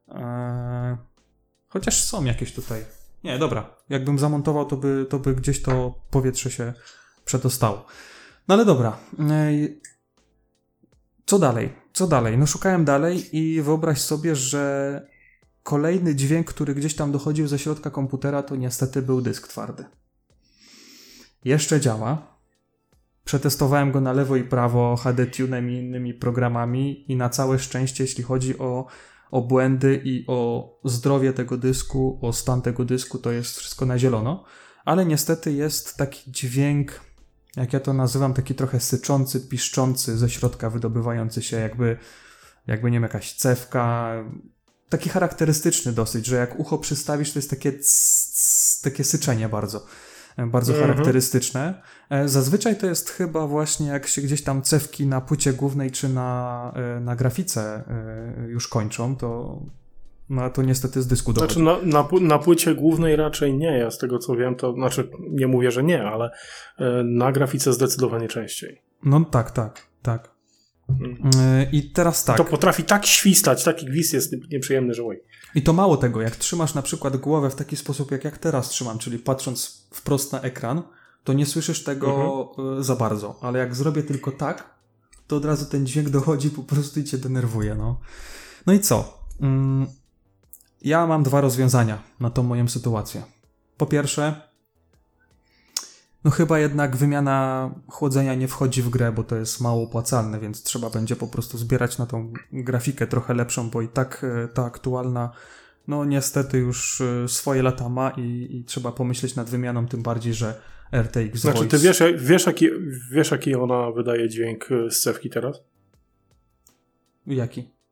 Chociaż są jakieś tutaj... Nie, dobra. Jakbym zamontował, to by gdzieś to powietrze się przedostało. No ale dobra. Co dalej? No szukałem dalej i wyobraź sobie, że kolejny dźwięk, który gdzieś tam dochodził ze środka komputera, to niestety był dysk twardy. Jeszcze działa. Przetestowałem go na lewo i prawo HDTune'em i innymi programami i na całe szczęście, jeśli chodzi o błędy i o zdrowie tego dysku, o stan tego dysku, to jest wszystko na zielono, ale niestety jest taki dźwięk, jak ja to nazywam, taki trochę syczący, piszczący ze środka, wydobywający się jakby nie wiem, jakaś cewka, taki charakterystyczny dosyć, że jak ucho przystawisz, to jest takie syczenie bardzo charakterystyczne. Zazwyczaj to jest chyba właśnie jak się gdzieś tam cewki na płycie głównej czy na grafice już kończą, to niestety z dysku dochodzi. Znaczy na płycie głównej raczej nie, ja z tego co wiem, to znaczy nie mówię, że nie, ale na grafice zdecydowanie częściej. No tak. I teraz tak. To potrafi tak świstać, taki gwizd jest nieprzyjemny, że oj. I to mało tego, jak trzymasz na przykład głowę w taki sposób, jak teraz trzymam, czyli patrząc wprost na ekran, to nie słyszysz tego za bardzo, ale jak zrobię tylko tak, to od razu ten dźwięk dochodzi po prostu i cię denerwuje, no. No i co? Ja mam 2 rozwiązania na tą moją sytuację. Po pierwsze, no chyba jednak wymiana chłodzenia nie wchodzi w grę, bo to jest mało opłacalne, więc trzeba będzie po prostu zbierać na tą grafikę trochę lepszą, bo i tak ta aktualna, no niestety już swoje lata ma i trzeba pomyśleć nad wymianą, tym bardziej, że RTX Znaczy Voice... ty wiesz jaki ona wydaje dźwięk z cewki teraz? Jaki?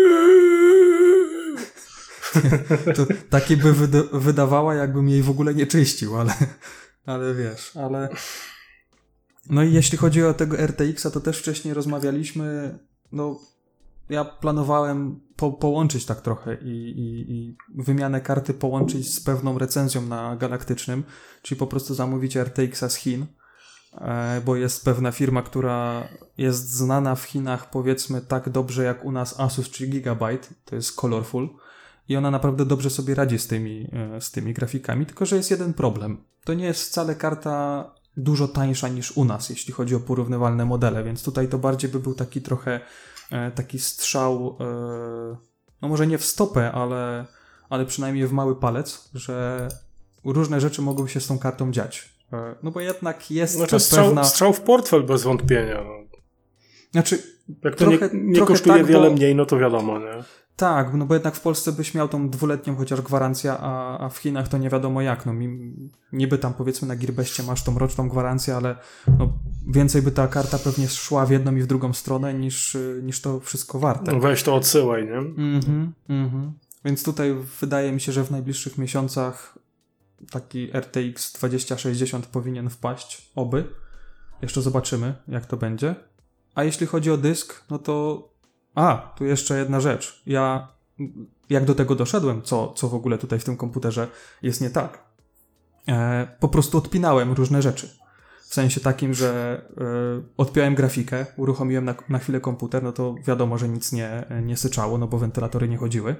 To taki by wydawała, jakbym jej w ogóle nie czyścił, ale wiesz, No i jeśli chodzi o tego RTX-a, to też wcześniej rozmawialiśmy, no ja planowałem połączyć tak trochę i wymianę karty połączyć z pewną recenzją na Galaktycznym, czyli po prostu zamówić RTX-a z Chin, bo jest pewna firma, która jest znana w Chinach powiedzmy tak dobrze jak u nas Asus czy Gigabyte, to jest Colorful i ona naprawdę dobrze sobie radzi z tymi grafikami, tylko że jest jeden problem. To nie jest wcale karta dużo tańsza niż u nas, jeśli chodzi o porównywalne modele, więc tutaj to bardziej by był taki trochę taki strzał, no może nie w stopę, ale przynajmniej w mały palec, że różne rzeczy mogą się z tą kartą dziać. No bo jednak jest strzał w portfel bez wątpienia. No. Znaczy, jak to nie kosztuje tak, wiele mniej, no to wiadomo, nie? Tak, no bo jednak w Polsce byś miał tą 2-letnią chociaż gwarancję, a w Chinach to nie wiadomo jak. No niby tam powiedzmy na Gearbestie masz tą roczną gwarancję, ale no, więcej by ta karta pewnie szła w jedną i w drugą stronę niż to wszystko warte. No weź to odsyłaj, nie? Więc tutaj wydaje mi się, że w najbliższych miesiącach taki RTX 2060 powinien wpaść, oby. Jeszcze zobaczymy, jak to będzie. A jeśli chodzi o dysk, no to tu jeszcze jedna rzecz. Ja jak do tego doszedłem, co w ogóle tutaj w tym komputerze jest nie tak. Po prostu odpinałem różne rzeczy. W sensie takim, że odpiąłem grafikę, uruchomiłem na chwilę komputer, no to wiadomo, że nic nie syczało, no bo wentylatory nie chodziły.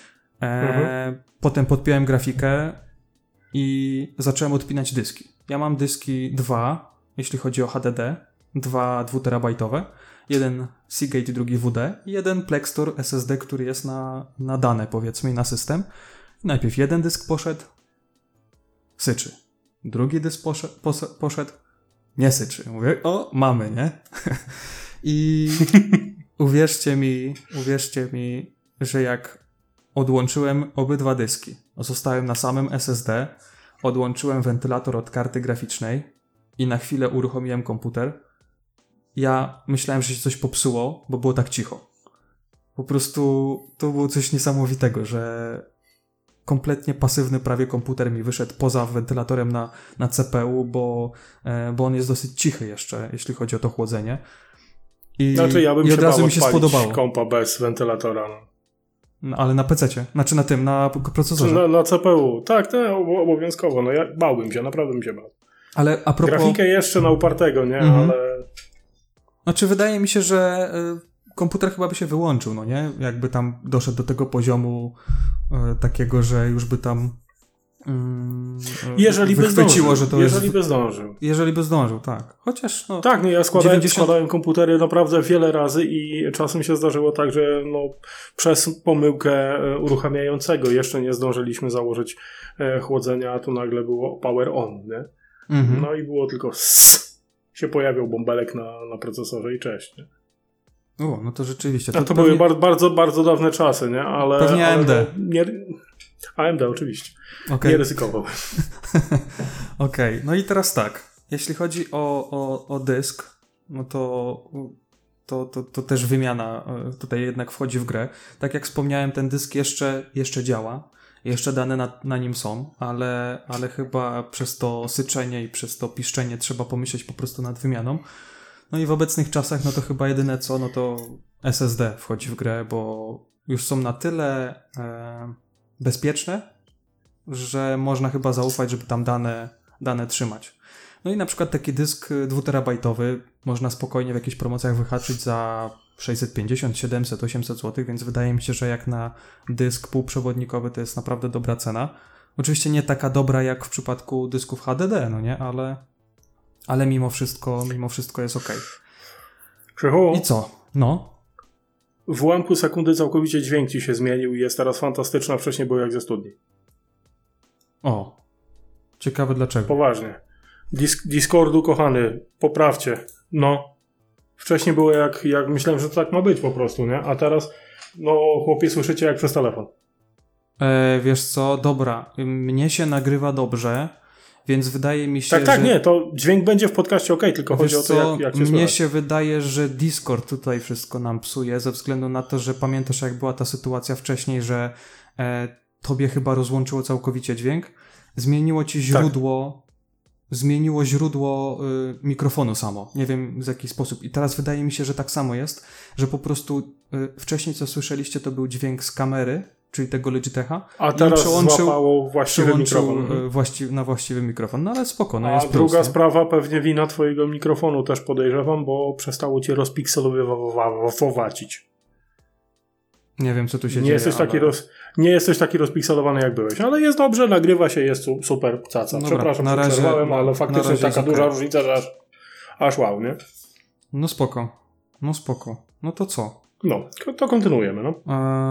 Potem podpiąłem grafikę i zacząłem odpinać dyski. Ja mam dyski 2, jeśli chodzi o HDD, 2 2-terabajtowe, jeden Seagate i drugi WD i jeden Plextor SSD, który jest na dane powiedzmy i na system. Najpierw jeden dysk poszedł, syczy. Drugi dysk poszedł, nie syczy. Mówię, mamy, nie? I uwierzcie mi, że jak odłączyłem obydwa dyski, zostałem na samym SSD, odłączyłem wentylator od karty graficznej i na chwilę uruchomiłem komputer, ja myślałem, że się coś popsuło, bo było tak cicho. Po prostu to było coś niesamowitego, że kompletnie pasywny prawie komputer mi wyszedł poza wentylatorem na CPU, bo on jest dosyć cichy jeszcze, jeśli chodzi o to chłodzenie. Znaczy ja bym się od razu mi się spodobało. Kompa bez wentylatora. No, ale na PC-cie, znaczy na procesorze. Na CPU, tak, obowiązkowo. No ja bałbym się, naprawdę bym się bał. Ale a propos... Grafikę jeszcze na upartego, nie? Ale... Znaczy wydaje mi się, że komputer chyba by się wyłączył, no nie? Jakby tam doszedł do tego poziomu takiego, że już by tam wychwyciło, że to jeżeli by zdążył. Jeżeli by zdążył, tak. Chociaż no... Tak, no ja składałem komputery naprawdę wiele razy i czasem się zdarzyło tak, że przez pomyłkę uruchamiającego jeszcze nie zdążyliśmy założyć chłodzenia, a tu nagle było power on, nie? No i było tylko się pojawiał bąbelek na procesorze i cześć, nie? No to rzeczywiście. To były bardzo, bardzo dawne czasy, nie? Ale, pewnie AMD. AMD oczywiście. Okay. Nie ryzykował. Okej, no i teraz tak. Jeśli chodzi o dysk, no to to też wymiana tutaj jednak wchodzi w grę. Tak jak wspomniałem, ten dysk jeszcze działa, jeszcze dane na nim są, ale chyba przez to syczenie i przez to piszczenie trzeba pomyśleć po prostu nad wymianą. No i w obecnych czasach, no to chyba jedyne co, no to SSD wchodzi w grę, bo już są na tyle bezpieczne, że można chyba zaufać, żeby tam dane trzymać. No i na przykład taki dysk 2TB można spokojnie w jakichś promocjach wyhaczyć za 650, 700, 800 zł, więc wydaje mi się, że jak na dysk półprzewodnikowy to jest naprawdę dobra cena. Oczywiście nie taka dobra jak w przypadku dysków HDD, no nie, ale mimo wszystko jest okej. Krzychu, I co? No? w ułamku sekundy całkowicie dźwięk ci się zmienił i jest teraz fantastyczny, a wcześniej był jak ze studni. O. Ciekawe dlaczego. Poważnie. Discordu, kochany, poprawcie. No. Wcześniej było jak myślałem, że to tak ma być po prostu, nie? A teraz, no chłopie, słyszycie jak przez telefon. Wiesz co, dobra, mnie się nagrywa dobrze, więc wydaje mi się, tak, nie, to dźwięk będzie w podcaście okej, tylko chodzi o to, jak się mnie słychać. się wydaje, że Discord tutaj wszystko nam psuje, ze względu na to, że pamiętasz jak była ta sytuacja wcześniej, że tobie chyba rozłączyło całkowicie dźwięk, zmieniło ci źródło, mikrofonu samo. Nie wiem z jaki sposób. I teraz wydaje mi się, że tak samo jest, że po prostu wcześniej co słyszeliście to był dźwięk z kamery, czyli tego Logitecha. A teraz złapało właściwy mikrofon. Na właściwy mikrofon. No ale spoko, no A jest druga plus, sprawa, pewnie wina twojego mikrofonu też podejrzewam, bo przestało cię rozpikselowywacić. Nie wiem, co tu się dzieje. Nie jesteś taki rozpikselowany, jak byłeś, ale jest dobrze, nagrywa się, jest super caca. Dobra, przepraszam, że przerwałem, ale faktycznie taka duża różnica, że aż wow, nie? No spoko. No to co? No, to kontynuujemy, no.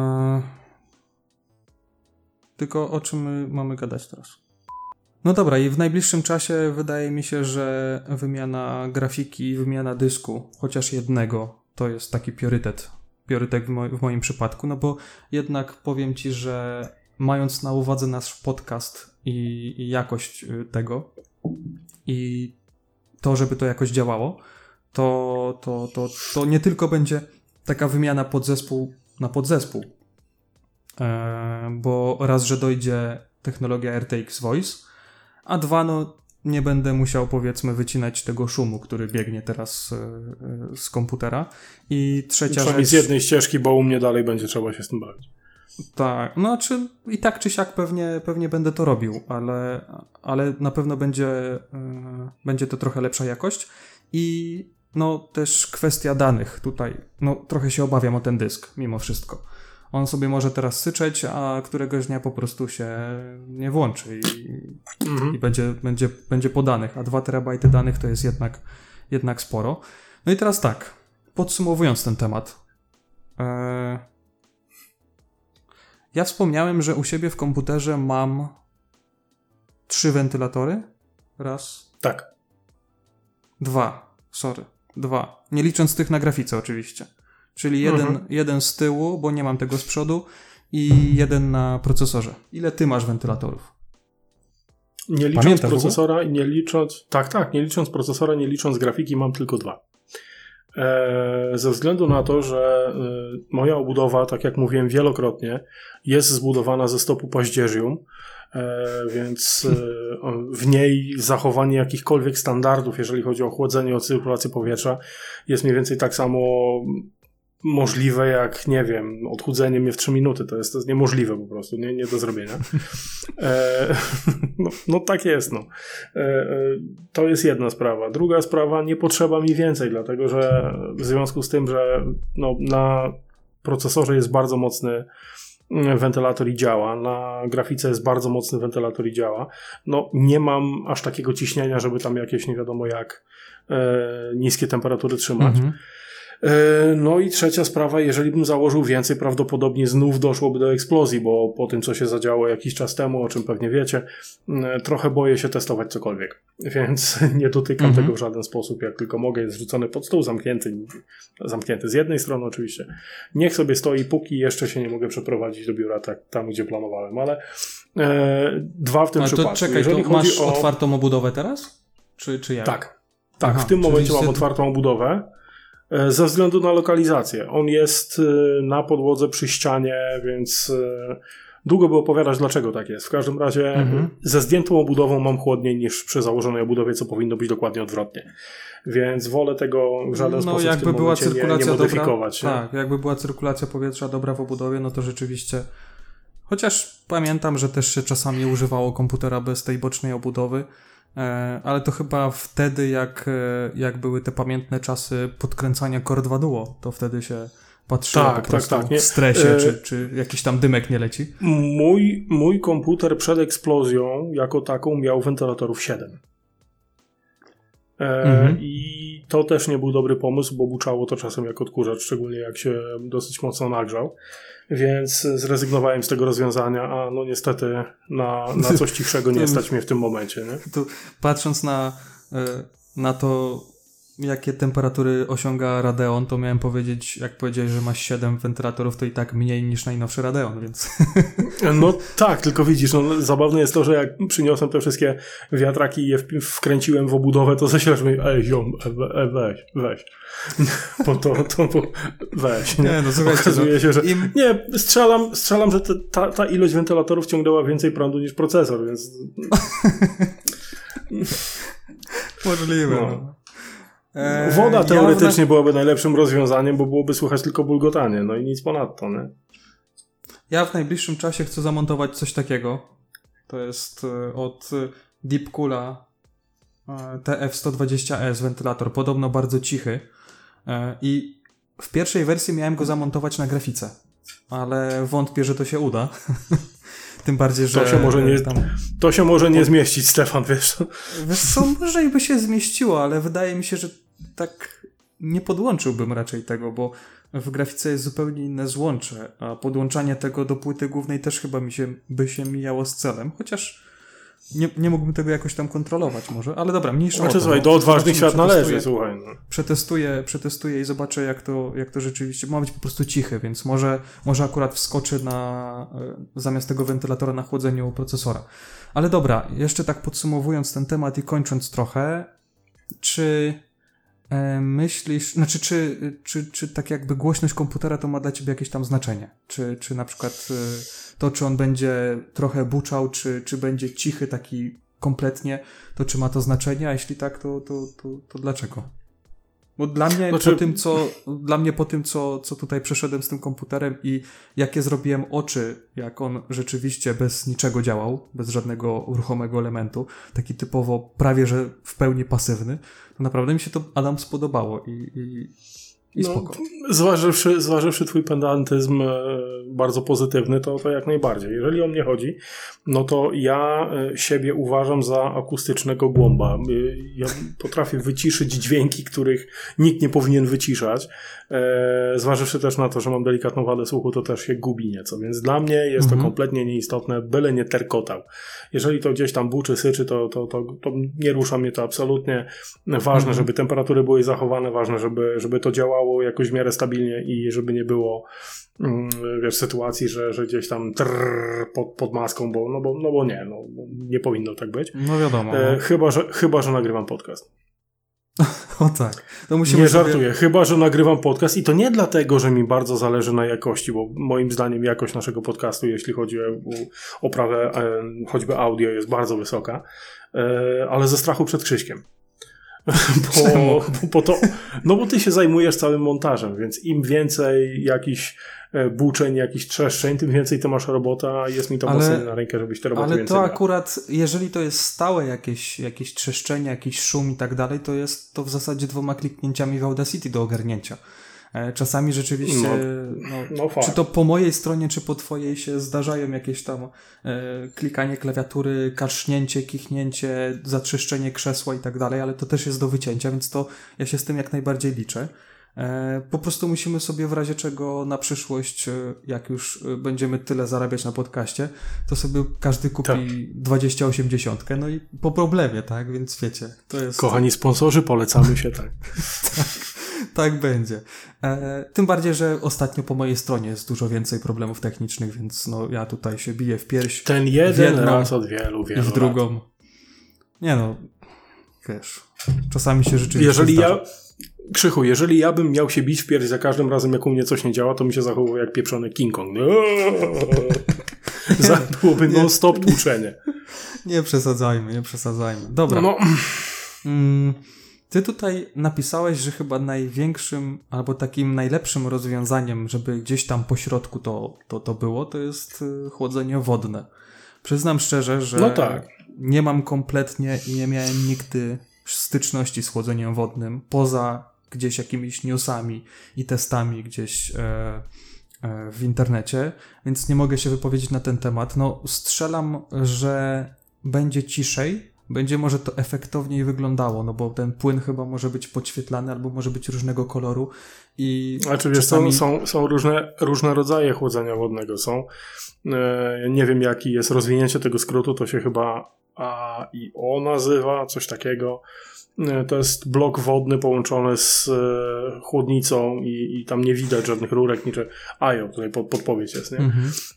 Tylko o czym my mamy gadać teraz? No dobra, i w najbliższym czasie wydaje mi się, że wymiana grafiki, wymiana dysku, chociaż jednego, to jest taki priorytet w moim przypadku, no bo jednak powiem ci, że mając na uwadze nasz podcast i jakość tego i to, żeby to jakoś działało, to nie tylko będzie taka wymiana podzespół na podzespół, bo raz, że dojdzie technologia RTX Voice, a dwa, no nie będę musiał powiedzmy wycinać tego szumu, który biegnie teraz z komputera. I trzecia rzecz... z jednej ścieżki, bo u mnie dalej będzie trzeba się z tym bawić. Tak, no i tak czy siak pewnie będę to robił, ale na pewno będzie to trochę lepsza jakość i no też kwestia danych tutaj, no trochę się obawiam o ten dysk mimo wszystko. On sobie może teraz syczeć, a któregoś dnia po prostu się nie włączy i będzie po danych, a 2 terabajty danych to jest jednak sporo. No i teraz tak, podsumowując ten temat. Ja wspomniałem, że u siebie w komputerze mam 3 wentylatory. Raz. Tak. 2. Nie licząc tych na grafice oczywiście. Czyli jeden z tyłu, bo nie mam tego z przodu i jeden na procesorze. Ile ty masz wentylatorów? Nie licząc procesora i nie licząc... Tak, nie licząc procesora, nie licząc grafiki mam tylko 2. Ze względu na to, że moja obudowa, tak jak mówiłem wielokrotnie, jest zbudowana ze stopu paździerzium, więc w niej zachowanie jakichkolwiek standardów, jeżeli chodzi o chłodzenie, o cyrkulację powietrza, jest mniej więcej tak samo możliwe jak, nie wiem, odchudzenie mnie w 3 minuty. To jest niemożliwe po prostu, nie do zrobienia. No tak jest, no. To jest jedna sprawa. Druga sprawa, nie potrzeba mi więcej, dlatego że w związku z tym, że no, na procesorze jest bardzo mocny wentylator i działa, na grafice jest bardzo mocny wentylator i działa, no nie mam aż takiego ciśnienia, żeby tam jakieś nie wiadomo jak niskie temperatury trzymać. No i trzecia sprawa, jeżeli bym założył więcej, prawdopodobnie znów doszłoby do eksplozji, bo po tym, co się zadziało jakiś czas temu, o czym pewnie wiecie, trochę boję się testować cokolwiek, więc nie dotykam tego w żaden sposób, jak tylko mogę, jest wrzucony pod stół, zamknięty z jednej strony oczywiście, niech sobie stoi, póki jeszcze się nie mogę przeprowadzić do biura tam, gdzie planowałem, ale 2 w tym przypadku. To czekaj, to masz otwartą obudowę teraz? Czy jak? Tak, w tym momencie mam otwartą obudowę. Ze względu na lokalizację. On jest na podłodze przy ścianie, więc długo by opowiadać, dlaczego tak jest. W każdym razie ze zdjętą obudową mam chłodniej niż przy założonej obudowie, co powinno być dokładnie odwrotnie. Więc wolę tego w żaden sposób jakby w tym była momencie nie modyfikować. Dobra, tak, jakby była cyrkulacja powietrza dobra w obudowie, no to rzeczywiście... Chociaż pamiętam, że też się czasami używało komputera bez tej bocznej obudowy, ale to chyba wtedy, jak były te pamiętne czasy podkręcania Core 2 Duo, to wtedy się patrzyło po prostu w stresie, czy jakiś tam dymek nie leci. Mój komputer przed eksplozją jako taką miał wentylatorów 7. I to też nie był dobry pomysł, bo buczało to czasem jak odkurzacz, szczególnie jak się dosyć mocno nagrzał. Więc zrezygnowałem z tego rozwiązania, a no niestety na coś cichszego nie stać mnie w tym momencie. Nie? Tu, patrząc na to, jakie temperatury osiąga Radeon, to miałem powiedzieć, jak powiedziałeś, że masz 7 wentylatorów, to i tak mniej niż najnowszy Radeon, więc... No tak, tylko widzisz, no, zabawne jest to, że jak przyniosłem te wszystkie wiatraki i je wkręciłem w obudowę, to zaś mi, ziom, weź. Bo weź. Nie, no słuchajcie, okazuje się, że... Nie, strzelam, że ta ilość wentylatorów ciągnęła więcej prądu niż procesor, więc... Możliwe, no. Woda teoretycznie byłaby najlepszym rozwiązaniem, bo byłoby słychać tylko bulgotanie, no i nic ponadto, nie? Ja w najbliższym czasie chcę zamontować coś takiego. To jest od Deepcoola TF120S wentylator, podobno bardzo cichy. I w pierwszej wersji miałem go zamontować na grafice, ale wątpię, że to się uda. Tym bardziej, że... To się może nie zmieścić, Stefan, wiesz? Wiesz co, może i by się zmieściło, ale wydaje mi się, że tak nie podłączyłbym raczej tego, bo w grafice jest zupełnie inne złącze, a podłączanie tego do płyty głównej też chyba by się mijało z celem, chociaż nie mógłbym tego jakoś tam kontrolować może, ale dobra, mniejsza o to. Słuchaj, do odważnych świat należy, słuchaj. No. Przetestuję i zobaczę, jak to rzeczywiście ma być po prostu cichy, więc może akurat wskoczy zamiast tego wentylatora na chłodzeniu procesora. Ale dobra, jeszcze tak podsumowując ten temat i kończąc trochę, czy myślisz, znaczy czy tak jakby głośność komputera to ma dla ciebie jakieś tam znaczenie? Czy na przykład to, czy on będzie trochę buczał, czy będzie cichy taki kompletnie, to czy ma to znaczenie, a jeśli tak, to dlaczego? Bo dla mnie po tym, co tutaj przeszedłem z tym komputerem i jakie zrobiłem oczy, jak on rzeczywiście bez niczego działał, bez żadnego ruchomego elementu, taki typowo prawie, że w pełni pasywny, to naprawdę mi się to, Adam, spodobało i spoko. Zważywszy twój pedantyzm bardzo pozytywny, to jak najbardziej. Jeżeli o mnie chodzi, no to ja siebie uważam za akustycznego głąba. Ja potrafię wyciszyć dźwięki, których nikt nie powinien wyciszać. Zważywszy też na to, że mam delikatną wadę słuchu, to też się gubi nieco, więc dla mnie jest to kompletnie nieistotne, byle nie terkotał. Jeżeli to gdzieś tam buczy, syczy, to nie rusza mnie to absolutnie. Ważne, żeby temperatury były zachowane, ważne, żeby to działało jakoś w miarę stabilnie i żeby nie było sytuacji, że gdzieś tam pod maską, bo nie powinno tak być. No wiadomo. Chyba, że nagrywam podcast. O tak. To nie żartuję. Chyba, że nagrywam podcast i to nie dlatego, że mi bardzo zależy na jakości, bo moim zdaniem jakość naszego podcastu, jeśli chodzi o oprawę choćby audio, jest bardzo wysoka, ale ze strachu przed Krzyśkiem. Bo ty się zajmujesz całym montażem, więc im więcej jakichś buczeń, jakichś trzeszczeń, tym więcej ty masz robota, a jest mi to mocno na rękę, żebyś te roboty więcej to miał. akurat, jeżeli to jest stałe jakieś trzeszczenie, jakiś szum i tak dalej, to jest to w zasadzie 2 kliknięciami w Audacity do ogarnięcia. Czasami rzeczywiście, czy to po mojej stronie, czy po twojej się zdarzają jakieś tam klikanie klawiatury, kasznięcie, kichnięcie, zatrzeszczenie krzesła i tak dalej, ale to też jest do wycięcia, więc to ja się z tym jak najbardziej liczę. Po prostu musimy sobie w razie czego na przyszłość, jak już będziemy tyle zarabiać na podcaście, to sobie każdy kupi 2080, no i po problemie, tak? Więc wiecie, to jest... Kochani sponsorzy, polecamy się, tak. Tak będzie. Tym bardziej, że ostatnio po mojej stronie jest dużo więcej problemów technicznych, więc no ja tutaj się biję w pierś. Ten jeden raz od wielu i w drugą. Lat. Nie no, wiesz, czasami się rzeczywiście zdarza. Krzychu, jeżeli ja bym miał się bić w pierś za każdym razem, jak u mnie coś nie działa, to mi się zachowywał jak pieprzony King Kong. Byłoby non-stop tłuczenie. Nie przesadzajmy. Dobra. No. Ty tutaj napisałeś, że chyba największym albo takim najlepszym rozwiązaniem, żeby gdzieś tam po środku to było, to jest chłodzenie wodne. Przyznam szczerze, że no tak. Nie mam kompletnie i nie miałem nigdy styczności z chłodzeniem wodnym, poza gdzieś jakimiś newsami i testami gdzieś w internecie, więc nie mogę się wypowiedzieć na ten temat. No strzelam, że będzie ciszej, będzie może to efektowniej wyglądało, no bo ten płyn chyba może być podświetlany albo może być różnego koloru i znaczy, wiesz, czasami... są różne rodzaje chłodzenia wodnego. Są, nie wiem jaki jest rozwinięcie tego skrótu, to się chyba AIO nazywa, coś takiego. To jest blok wodny połączony z chłodnicą i tam nie widać żadnych rurek, niczego. AIO, tutaj podpowiedź jest, nie?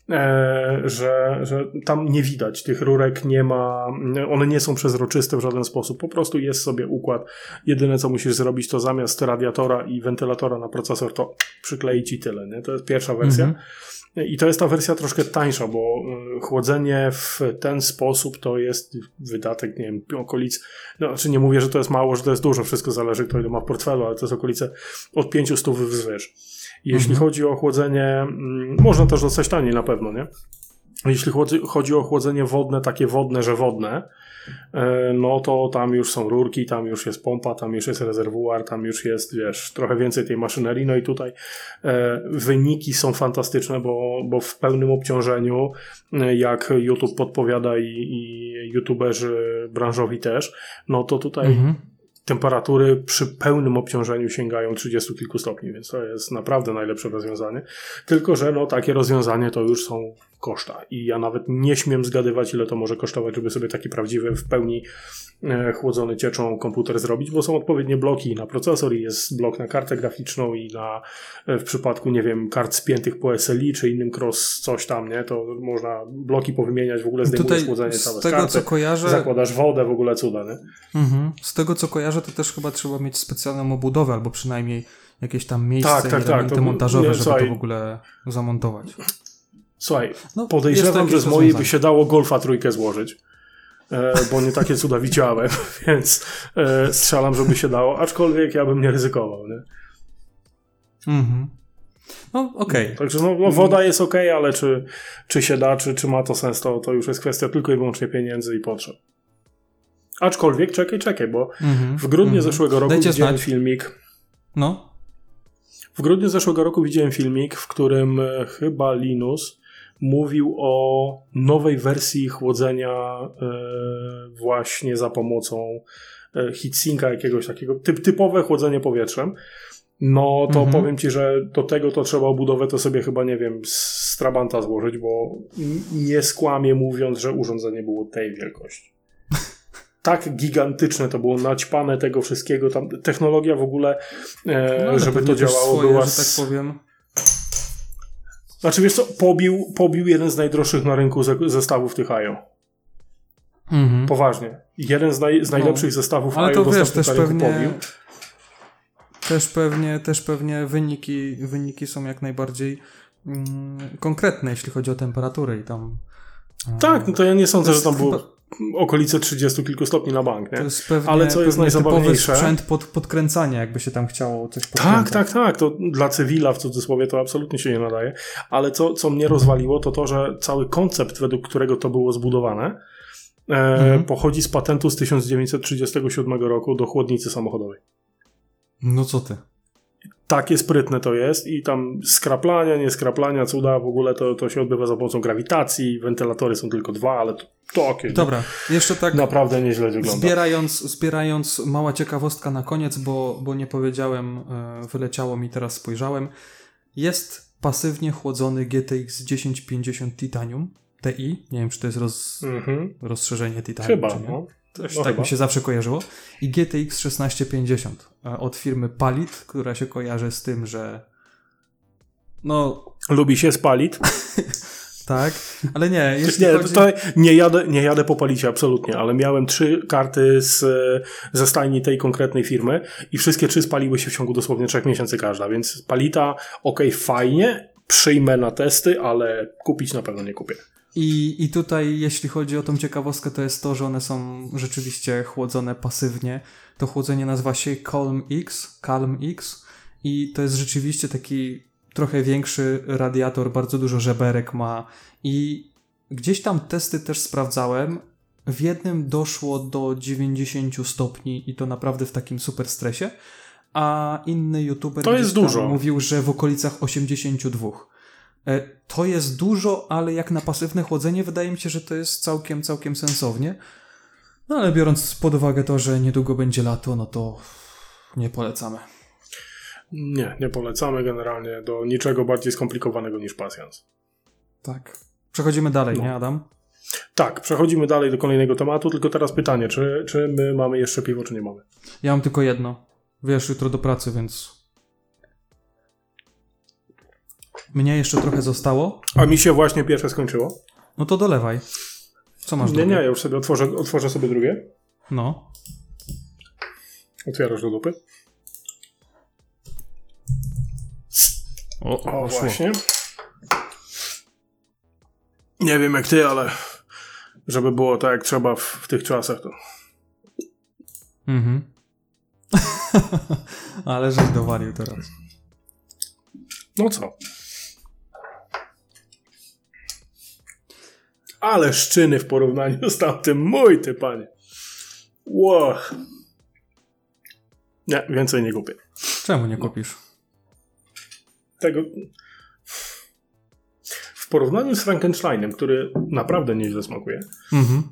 Że tam nie widać, tych rurek nie ma, one nie są przezroczyste w żaden sposób, po prostu jest sobie układ. Jedyne co musisz zrobić, to zamiast radiatora i wentylatora na procesor, to przykleić i tyle, nie? To jest pierwsza wersja. I to jest ta wersja troszkę tańsza, bo chłodzenie w ten sposób to jest wydatek, nie wiem, okolic, no znaczy nie mówię, że to jest mało, że to jest dużo, wszystko zależy kto ile ma w portfelu, ale to jest okolice od 500 wzwyż. Jeśli chodzi o chłodzenie, można też dostać taniej na pewno, nie? Jeśli chodzi o chłodzenie wodne, takie wodne, że wodne, no to tam już są rurki, tam już jest pompa, tam już jest rezerwuar, tam już jest, wiesz, trochę więcej tej maszynerii, no i tutaj wyniki są fantastyczne, bo w pełnym obciążeniu, jak YouTube podpowiada i youtuberzy branżowi też, no to tutaj temperatury przy pełnym obciążeniu sięgają 30 kilku stopni, więc to jest naprawdę najlepsze rozwiązanie. Tylko że no takie rozwiązanie to już są koszta i ja nawet nie śmiem zgadywać, ile to może kosztować, żeby sobie taki prawdziwy, w pełni chłodzony cieczą komputer zrobić, bo są odpowiednie bloki na procesor i jest blok na kartę graficzną i na, w przypadku, nie wiem, kart spiętych po SLI czy innym cross coś tam, nie? To można bloki powymieniać, w ogóle zdejmujesz chłodzenie całe z karty, co kojarzę, zakładasz wodę, w ogóle cuda, nie? Z tego co kojarzę, to też chyba trzeba mieć specjalną obudowę albo przynajmniej jakieś tam miejsce i elementy montażowe, żeby to w ogóle zamontować. Słuchaj, podejrzewam, że z mojej by się dało Golfa trójkę złożyć, bo nie takie cuda widziałem, więc strzelam, żeby się dało, aczkolwiek ja bym nie ryzykował, nie? No okej. Także no, woda jest okej, ale czy się da, czy ma to sens, to już jest kwestia tylko i wyłącznie pieniędzy i potrzeb. Aczkolwiek, czekaj, bo w grudniu zeszłego roku widziałem filmik. No. W grudniu zeszłego roku widziałem filmik, w którym chyba Linus mówił o nowej wersji chłodzenia właśnie za pomocą heatsinka jakiegoś takiego, typowe chłodzenie powietrzem. No to powiem ci, że do tego to trzeba obudowę to sobie chyba, nie wiem, z Trabanta złożyć, bo nie skłamię mówiąc, że urządzenie było tej wielkości. Tak gigantyczne to było, naćpane tego wszystkiego, tam technologia w ogóle, żeby to działało, swoje, była... że tak powiem. Znaczy wiesz co, pobił jeden z najdroższych na rynku zestawów tych IO. Poważnie. Jeden z najlepszych zestawów ale IO to wiesz, też na rynku pobił. Też pewnie wyniki są jak najbardziej konkretne, jeśli chodzi o temperaturę i tam... Tak, no to ja nie sądzę, że tam było okolice 30 kilku stopni na bank, nie? To jest pewnie, ale co jest najzabawniejsze... sprzęt podkręcania, jakby się tam chciało coś podkręcać. Tak, to dla cywila w cudzysłowie to absolutnie się nie nadaje, ale co mnie rozwaliło, to że cały koncept, według którego to było zbudowane, pochodzi z patentu z 1937 roku do chłodnicy samochodowej. No co ty? Takie sprytne to jest i tam skraplania, nie skraplania, cuda, w ogóle to się odbywa za pomocą grawitacji, wentylatory są tylko 2, ale to takie. Dobra, jeszcze tak naprawdę nieźle wygląda. Zbierając mała ciekawostka na koniec, bo nie powiedziałem, wyleciało mi, teraz spojrzałem. Jest pasywnie chłodzony GTX 1050 Titanium TI, nie wiem czy to jest rozszerzenie Titanium. Chyba, czy nie. no. Tak chyba mi się zawsze kojarzyło. I GTX 1650 od firmy Palit, która się kojarzy z tym, że lubi się spalić. Tak, ale nie. Nie jadę po palicie, absolutnie, ale miałem 3 karty ze stajni tej konkretnej firmy i wszystkie 3 spaliły się w ciągu dosłownie 3 miesięcy każda, więc palita, fajnie, przyjmę na testy, ale kupić na pewno nie kupię. I tutaj, jeśli chodzi o tą ciekawostkę, to jest to, że one są rzeczywiście chłodzone pasywnie. To chłodzenie nazywa się Calm X i to jest rzeczywiście taki trochę większy radiator, bardzo dużo żeberek ma i gdzieś tam testy też sprawdzałem. W jednym doszło do 90 stopni i to naprawdę w takim super stresie, a inny youtuber mówił, że w okolicach 82. To jest dużo, ale jak na pasywne chłodzenie wydaje mi się, że to jest całkiem sensownie. No ale biorąc pod uwagę to, że niedługo będzie lato, no to nie polecamy. Nie polecamy generalnie do niczego bardziej skomplikowanego niż pasjans. Tak. Przechodzimy dalej, nie Adam? Tak, przechodzimy dalej do kolejnego tematu, tylko teraz pytanie, czy my mamy jeszcze piwo, czy nie mamy? Ja mam tylko jedno. Wiesz, jutro do pracy, więc... Mnie jeszcze trochę zostało. A mi się właśnie pierwsze skończyło. No to dolewaj. Co masz drugie? Nie, ja już sobie otworzę sobie drugie. No. Otwierasz do dupy. O właśnie. Nie wiem jak ty, ale żeby było tak jak trzeba w tych czasach, to... Mhm. Ale żeś dowalił teraz. No co? Ale szczyny w porównaniu z tamtym, mój ty panie. Wow. Nie, więcej nie kupię. Czemu nie kupisz? Tego... W porównaniu z Frankensteinem, który naprawdę nieźle smakuje. Mhm.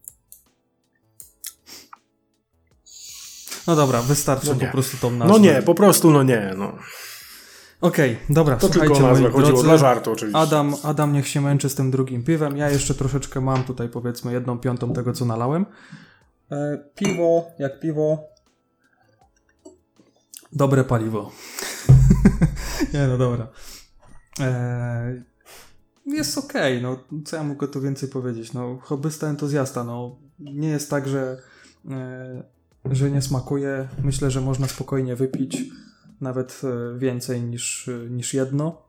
No dobra, wystarczy po prostu tą nazwę. No nie, po prostu no nie. No. Okej, dobra, to słuchajcie, tylko nazwę moi chodziło drodzy, dla żartu oczywiście. Adam niech się męczy z tym drugim piwem. Ja jeszcze troszeczkę mam tutaj powiedzmy 1/5 tego, co nalałem. Piwo, jak piwo. Dobre paliwo. Nie, no dobra. Jest okej, no co ja mogę tu więcej powiedzieć? No hobbysta, entuzjasta, no nie jest tak, że nie smakuje. Myślę, że można spokojnie wypić nawet więcej niż jedno.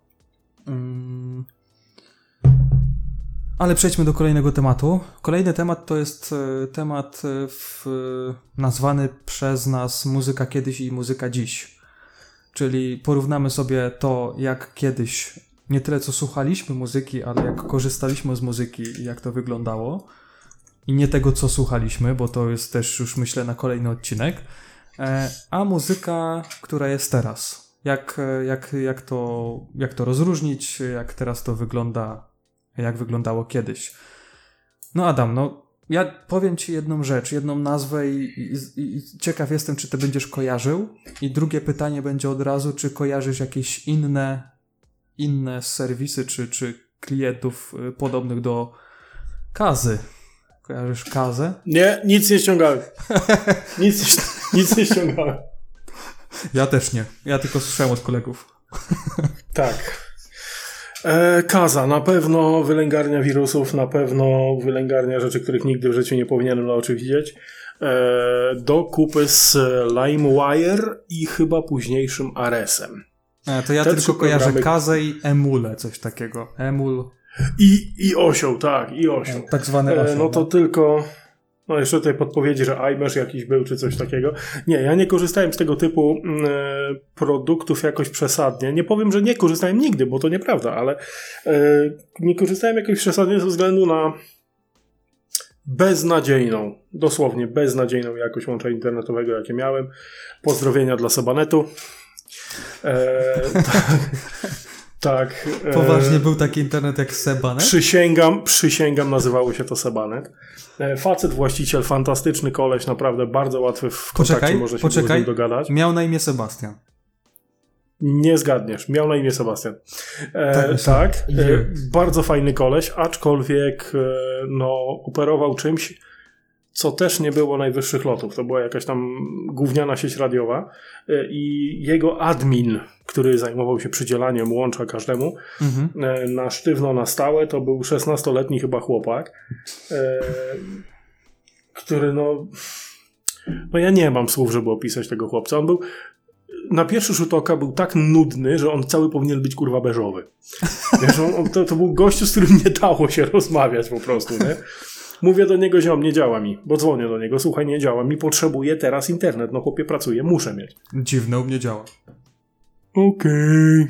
Ale przejdźmy do kolejnego tematu. Kolejny temat to jest temat nazwany przez nas muzyka kiedyś i muzyka dziś. Czyli porównamy sobie to, jak kiedyś, nie tyle co słuchaliśmy muzyki, ale jak korzystaliśmy z muzyki i jak to wyglądało. I nie tego, co słuchaliśmy, bo to jest też już myślę na kolejny odcinek. A muzyka, która jest teraz. Jak to rozróżnić, jak teraz to wygląda, jak wyglądało kiedyś. No Adam, no ja powiem ci jedną rzecz, jedną nazwę i ciekaw jestem, czy ty będziesz kojarzył. I drugie pytanie będzie od razu, czy kojarzysz jakieś inne serwisy, czy klientów podobnych do Kazy. Kojarzysz Kazę? Nie, nic nie ściągałem. Nic nie ściągałem. Ja też nie. Ja tylko słyszałem od kolegów. Tak. Kaza, na pewno wylęgarnia wirusów, na pewno wylęgarnia rzeczy, których nigdy w życiu nie powinienem na oczy widzieć. Do kupy z LimeWire i chyba późniejszym Aresem. To ja tylko kojarzę Kazę i Emule, coś takiego. Emul. I osioł, tak, i osioł. Tak zwany osioł. No to tylko... No jeszcze tutaj podpowiedzi, że iMesh jakiś był, czy coś takiego. Nie, ja nie korzystałem z tego typu produktów jakoś przesadnie. Nie powiem, że nie korzystałem nigdy, bo to nieprawda, ale nie korzystałem jakoś przesadnie ze względu na beznadziejną, dosłownie beznadziejną jakość łącza internetowego, jakie miałem. Pozdrowienia dla Sebanetu. Tak. Poważnie był taki internet jak Sebanet? Przysięgam, nazywało się to Sebanet. Facet, właściciel, fantastyczny koleś, naprawdę bardzo łatwy w kontakcie, może się było z nim dogadać. Miał na imię Sebastian. Nie zgadniesz, miał na imię Sebastian. Tak, bardzo fajny koleś, aczkolwiek no, operował czymś, co też nie było najwyższych lotów. To była jakaś tam gówniana sieć radiowa i jego admin, który zajmował się przydzielaniem łącza każdemu na sztywno, na stałe, to był 16-letni chyba chłopak, który no ja nie mam słów, żeby opisać tego chłopca. On był na pierwszy rzut oka był tak nudny, że on cały powinien być kurwa beżowy. Wiesz, to był gościu, z którym nie dało się rozmawiać po prostu, nie? Mówię do niego, ziom, nie działa mi, bo dzwonię do niego, słuchaj, nie działa mi, potrzebuję teraz internet, no chłopie, pracuję, muszę mieć. Dziwne, u mnie działa. Okej.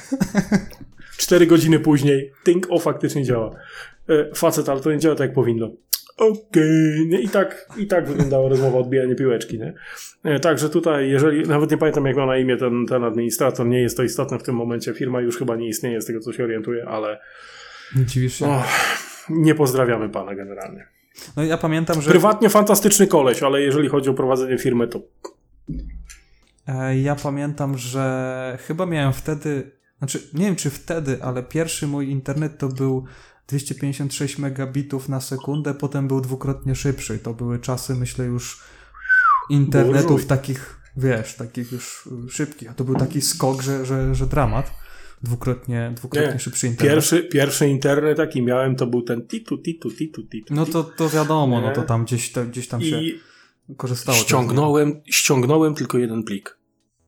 4 godziny później, faktycznie działa. Facet, ale to nie działa tak jak powinno. Okej. I tak wyglądała rozmowa, odbijanie piłeczki, nie? Także tutaj, jeżeli, nawet nie pamiętam jak ma na imię ten administrator, nie jest to istotne w tym momencie, firma już chyba nie istnieje z tego, co się orientuję, ale dziwisz się? Nie pozdrawiamy pana generalnie. No ja pamiętam, że... Prywatnie fantastyczny koleś, ale jeżeli chodzi o prowadzenie firmy, to... Ja pamiętam, że chyba miałem wtedy... Znaczy, nie wiem czy wtedy, ale pierwszy mój internet to był 256 megabitów na sekundę, potem był dwukrotnie szybszy. To były czasy, myślę, już internetów takich, wiesz, takich już szybkich. A to był taki skok, że dramat. Dwukrotnie szybszy internet. Pierwszy internet, jaki miałem, to był ten titu. No to wiadomo, no to tam gdzieś tam się korzystało. Ściągnąłem tylko jeden plik.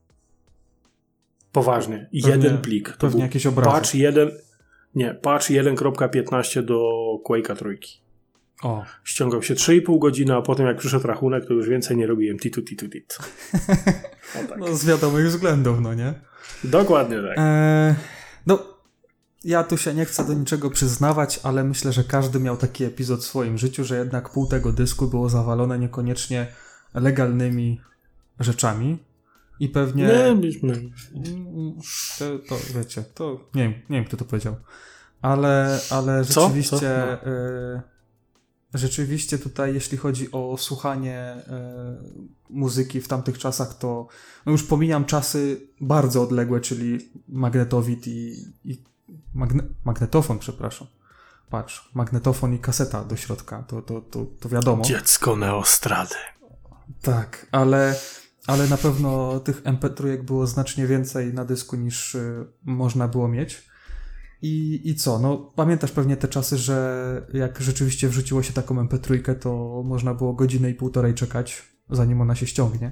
Poważnie. Jeden plik. To pewnie był jakieś obrazy. Patch 1.15 do Quake'a 3. O. Ściągał się 3,5 godziny, a potem jak przyszedł rachunek, to już więcej nie robiłem titu. Tak. No z wiadomych względów, no nie? Dokładnie tak. No, ja tu się nie chcę do niczego przyznawać, ale myślę, że każdy miał taki epizod w swoim życiu, że jednak pół tego dysku było zawalone niekoniecznie legalnymi rzeczami i pewnie... To wiecie, to nie wiem kto to powiedział, ale rzeczywiście... Rzeczywiście tutaj, jeśli chodzi o słuchanie muzyki w tamtych czasach, to no już pomijam czasy bardzo odległe, czyli magnetowid i magnetofon, przepraszam. Patrz, magnetofon i kaseta do środka, to wiadomo. Dziecko neostrady. Tak, ale na pewno tych MP3 było znacznie więcej na dysku niż można było mieć. I co? No pamiętasz pewnie te czasy, że jak rzeczywiście wrzuciło się taką MP3, to można było godzinę i półtorej czekać, zanim ona się ściągnie.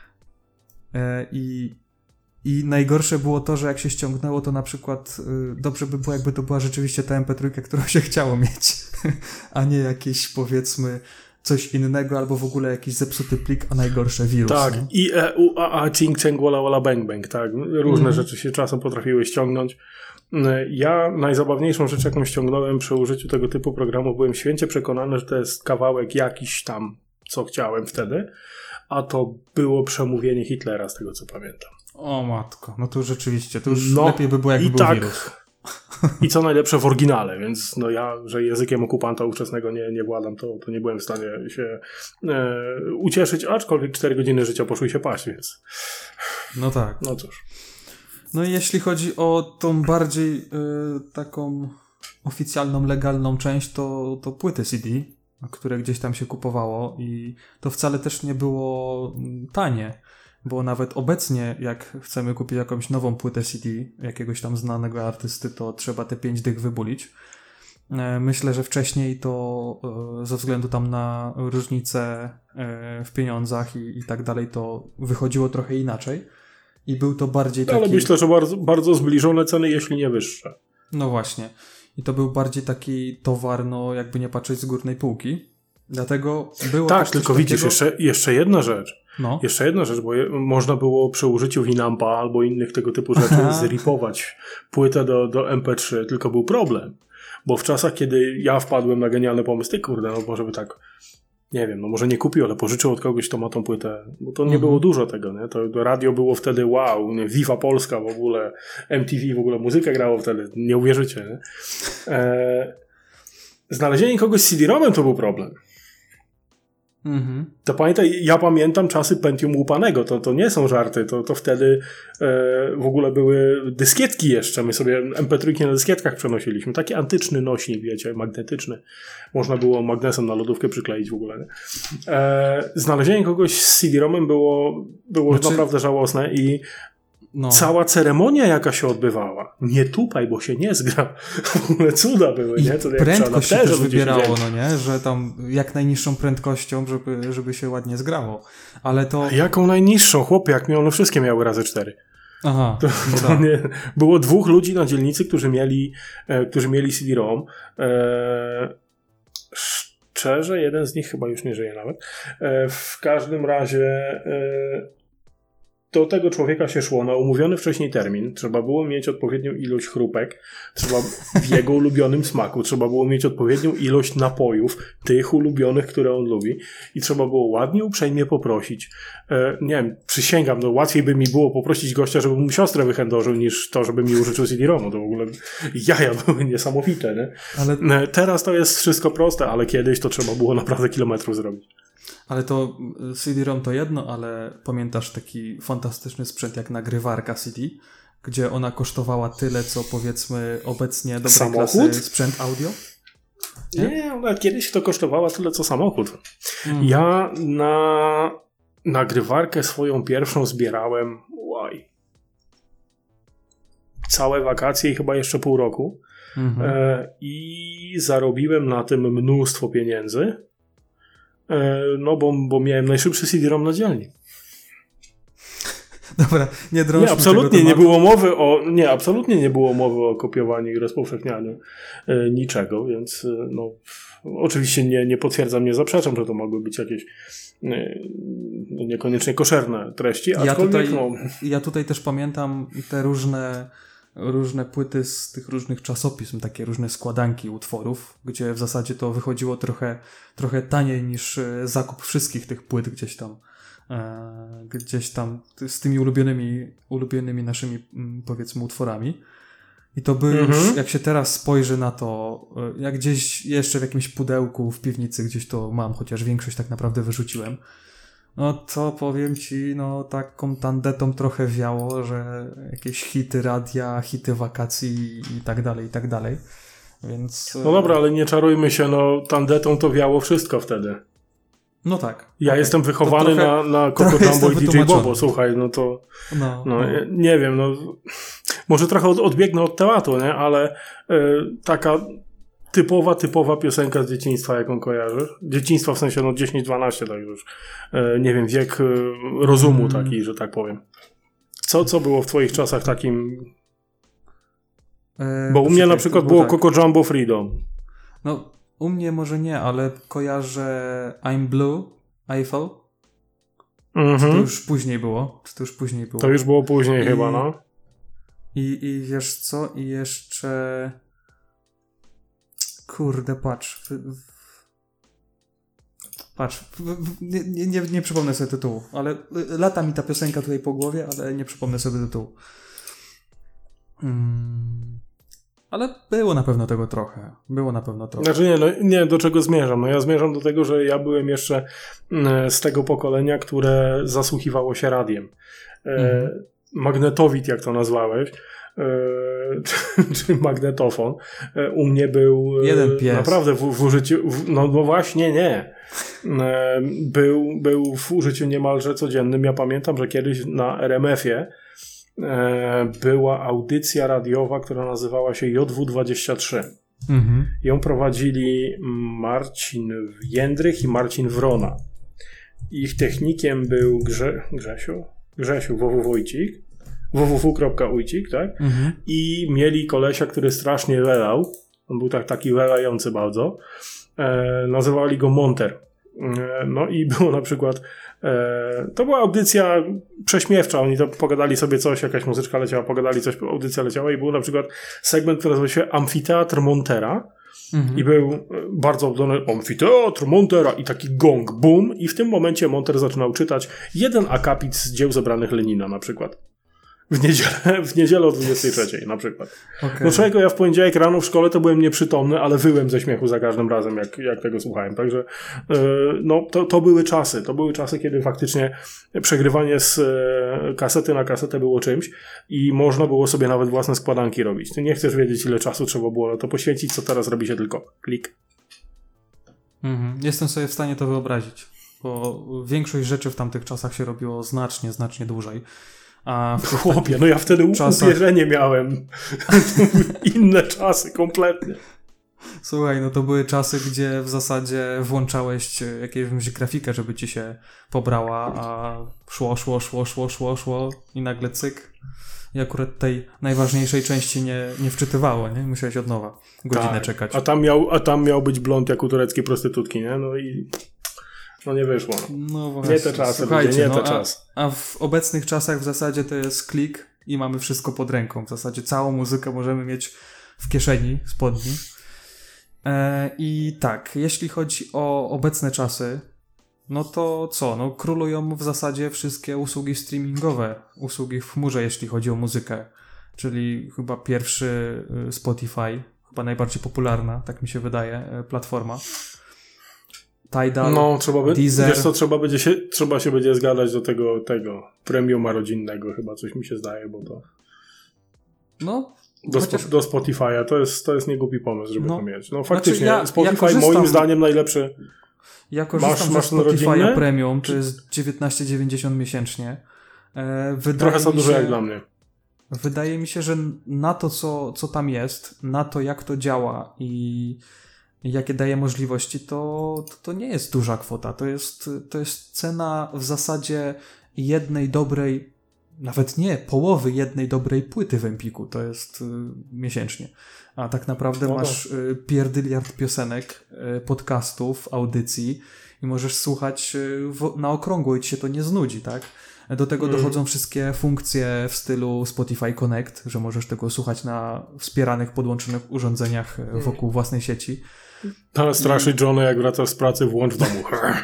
I najgorsze było to, że jak się ściągnęło, to na przykład dobrze by było, jakby to była rzeczywiście ta MP3, którą się chciało mieć, a nie jakieś, powiedzmy, coś innego, albo w ogóle jakiś zepsuty plik, a najgorsze wirus. Tak, i cing ceng wala wala bang bang, tak. Różne rzeczy się czasem potrafiły ściągnąć. Ja najzabawniejszą rzecz, jaką ściągnąłem przy użyciu tego typu programu, byłem święcie przekonany, że to jest kawałek jakiś tam, co chciałem wtedy, a to było przemówienie Hitlera, z tego co pamiętam. O matko, no to rzeczywiście, to już lepiej by było, jakby był wirus. I co najlepsze w oryginale, więc no ja, że językiem okupanta ówczesnego nie władam, to nie byłem w stanie się ucieszyć, aczkolwiek 4 godziny życia poszły się paść, więc... No tak. No cóż. No i jeśli chodzi o tą bardziej taką oficjalną, legalną część, to płyty CD, które gdzieś tam się kupowało i to wcale też nie było tanie, bo nawet obecnie jak chcemy kupić jakąś nową płytę CD jakiegoś tam znanego artysty, to trzeba te 5 dych wybulić. Myślę, że wcześniej to ze względu tam na różnice w pieniądzach i tak dalej, to wychodziło trochę inaczej. I był to bardziej taki... Ale myślę, że bardzo, bardzo zbliżone ceny, jeśli nie wyższe. No właśnie. I to był bardziej taki towar, no jakby nie patrzeć z górnej półki. Dlatego było... Tak, tylko widzisz, jeszcze jedna rzecz. No. Jeszcze jedna rzecz, bo można było przy użyciu Winampa albo innych tego typu rzeczy zripować płytę do MP3, tylko był problem. Bo w czasach, kiedy ja wpadłem na genialny pomysł, kurde, no może by tak... Nie wiem, no może nie kupił, ale pożyczył od kogoś, kto ma tą płytę. Bo to nie było dużo tego, nie? To radio było wtedy wow, nie? Viva Polska w ogóle, MTV w ogóle, muzykę grało wtedy, nie uwierzycie, nie? Znalezienie kogoś z CD-ROMem to był problem. To pamiętaj, ja pamiętam czasy Pentium łupanego, to nie są żarty, to wtedy w ogóle były dyskietki jeszcze, my sobie MP3 na dyskietkach przenosiliśmy, taki antyczny nośnik, wiecie, magnetyczny, można było magnesem na lodówkę przykleić w ogóle. Nie? Znalezienie kogoś z CD-ROMem było naprawdę żałosne i cała ceremonia jaka się odbywała. Nie tupaj, bo się nie zgra. W ogóle cuda były, nie? To prędkość się też wybierało, nie? Że tam jak najniższą prędkością, żeby się ładnie zgrało. Ale to... Jaką najniższą? Chłopie, jak one wszystkie miały razy 4. Aha. To nie. Było 2 ludzi na dzielnicy, którzy mieli CD-ROM. Szczerze, jeden z nich chyba już nie żyje nawet. W każdym razie... do tego człowieka się szło na umówiony wcześniej termin, trzeba było mieć odpowiednią ilość chrupek, w jego ulubionym smaku, trzeba było mieć odpowiednią ilość napojów, tych ulubionych, które on lubi i trzeba było ładnie, uprzejmie poprosić. Nie wiem, przysięgam, łatwiej by mi było poprosić gościa, żeby mu siostrę wychędożył, niż to, żeby mi użyczył CD-ROMu. To w ogóle jaja były niesamowite, nie? Ale... Teraz to jest wszystko proste, ale kiedyś to trzeba było naprawdę kilometrów zrobić. Ale to CD-ROM to jedno, ale pamiętasz taki fantastyczny sprzęt jak nagrywarka CD, gdzie ona kosztowała tyle, co powiedzmy obecnie dobrej klasy sprzęt audio? Nie, ona kiedyś to kosztowała tyle, co samochód. Ja na nagrywarkę swoją pierwszą zbierałem całe wakacje i chyba jeszcze pół roku. I zarobiłem na tym mnóstwo pieniędzy. No, bo miałem najszybszy CD-ROM na dzielni. Dobra, nie drążmy absolutnie nie było mowy o kopiowaniu i rozpowszechnianiu niczego, więc oczywiście nie potwierdzam, nie zaprzeczam, że to mogły być jakieś niekoniecznie koszerne treści, ja tutaj też pamiętam te różne płyty z tych różnych czasopism, takie różne składanki utworów, gdzie w zasadzie to wychodziło trochę taniej niż zakup wszystkich tych płyt gdzieś tam z tymi ulubionymi naszymi, powiedzmy, utworami. I to by już, jak się teraz spojrzy na to, jak gdzieś jeszcze w jakimś pudełku w piwnicy gdzieś to mam, chociaż większość tak naprawdę wyrzuciłem, no to powiem ci, taką tandetą trochę wiało, że jakieś hity radia, hity wakacji i tak dalej, więc... No dobra, ale nie czarujmy się, tandetą to wiało wszystko wtedy. No tak. Ja jestem wychowany na Coco Jumbo i DJ Bobo, słuchaj, nie wiem, może trochę odbiegnę od tematu, nie, ale taka typowa piosenka z dzieciństwa, jaką kojarzysz. Dzieciństwa w sensie 10-12, tak już. Nie wiem, wiek rozumu taki, że tak powiem. Co było w twoich czasach takim... Bo u mnie na przykład było Coco Jumbo Freedom. No, u mnie może nie, ale kojarzę I'm Blue, Eiffel. Czy to już później było? To już było później chyba, I wiesz co? I jeszcze... Kurde, patrz. Nie przypomnę sobie tytułu, ale lata mi ta piosenka tutaj po głowie, ale nie przypomnę sobie tytułu. Ale było na pewno tego trochę. Znaczy nie, do czego zmierzam? Ja zmierzam do tego, że ja byłem jeszcze z tego pokolenia, które zasłuchiwało się radiem. Magnetowid, jak to nazwałeś, czy magnetofon. U mnie był jeden pies. Naprawdę w użyciu, no właśnie nie. Był w użyciu niemalże codziennym. Ja pamiętam, że kiedyś na RMF-ie była audycja radiowa, która nazywała się JW23. Ją prowadzili Marcin Jędrych i Marcin Wrona. Ich technikiem był Grzesiu www.ujcik, www.ujcik, tak? I mieli kolesia, który strasznie welał. On był taki welający bardzo. Nazywali go Monter. No i było na przykład to była audycja prześmiewcza, oni to pogadali sobie coś, jakaś muzyczka leciała, pogadali coś, audycja leciała i był na przykład segment, który nazywał się Amfiteatr Montera i był bardzo oddany Amfiteatr Montera i taki gong, boom, i w tym momencie Monter zaczynał czytać jeden akapit z dzieł zebranych Lenina na przykład. W niedzielę o 23 na przykład. Okay. No człowieku, ja w poniedziałek rano w szkole to byłem nieprzytomny, ale wyłem ze śmiechu za każdym razem, jak tego słuchałem. Także no to były czasy. To były czasy, kiedy faktycznie przegrywanie z kasety na kasetę było czymś i można było sobie nawet własne składanki robić. Ty nie chcesz wiedzieć, ile czasu trzeba było na to poświęcić, co teraz robi się tylko klik. Jestem sobie w stanie to wyobrazić, bo większość rzeczy w tamtych czasach się robiło znacznie, znacznie dłużej. A chłopie, no ja wtedy upierzenie miałem. Inne czasy kompletnie. Słuchaj, no to były czasy, gdzie w zasadzie włączałeś jakąś grafikę, żeby ci się pobrała, a szło i nagle cyk. I akurat tej najważniejszej części nie wczytywało, nie? Musiałeś od nowa godzinę czekać. A tam miał być blond jak u tureckiej prostytutki, nie? No i no nie wyszło. No właśnie. Nie te czasy, ludzie, nie te czasy. A w obecnych czasach w zasadzie to jest klik i mamy wszystko pod ręką. W zasadzie całą muzykę możemy mieć w kieszeni spodni. I tak, jeśli chodzi o obecne czasy, no to co? No królują w zasadzie wszystkie usługi streamingowe, usługi w chmurze, jeśli chodzi o muzykę. Czyli chyba pierwszy Spotify, chyba najbardziej popularna, tak mi się wydaje, platforma. Tidal, no, Deezer. Wiesz co, trzeba się będzie zgadać do tego premiuma rodzinnego, chyba coś mi się zdaje, bo to... No... Do Spotify'a, to jest niegłupi pomysł, żeby to mieć. No faktycznie, znaczy Spotify moim zdaniem najlepszy. Ja korzystam ze Spotify'a Premium, to jest 19,90 miesięcznie. Trochę za dużo jak dla mnie. Wydaje mi się, że na to, co tam jest, na to, jak to działa i jakie daje możliwości, to nie jest duża kwota. To jest cena w zasadzie jednej dobrej, nawet nie, połowy jednej dobrej płyty w Empiku. To jest miesięcznie. A tak naprawdę masz pierdyliard piosenek, podcastów, audycji i możesz słuchać na okrągło i ci się to nie znudzi, tak? Do tego dochodzą wszystkie funkcje w stylu Spotify Connect, że możesz tego słuchać na wspieranych, podłączonych urządzeniach wokół własnej sieci. Ale straszy Johnny, jak wracasz z pracy, włącz w domu.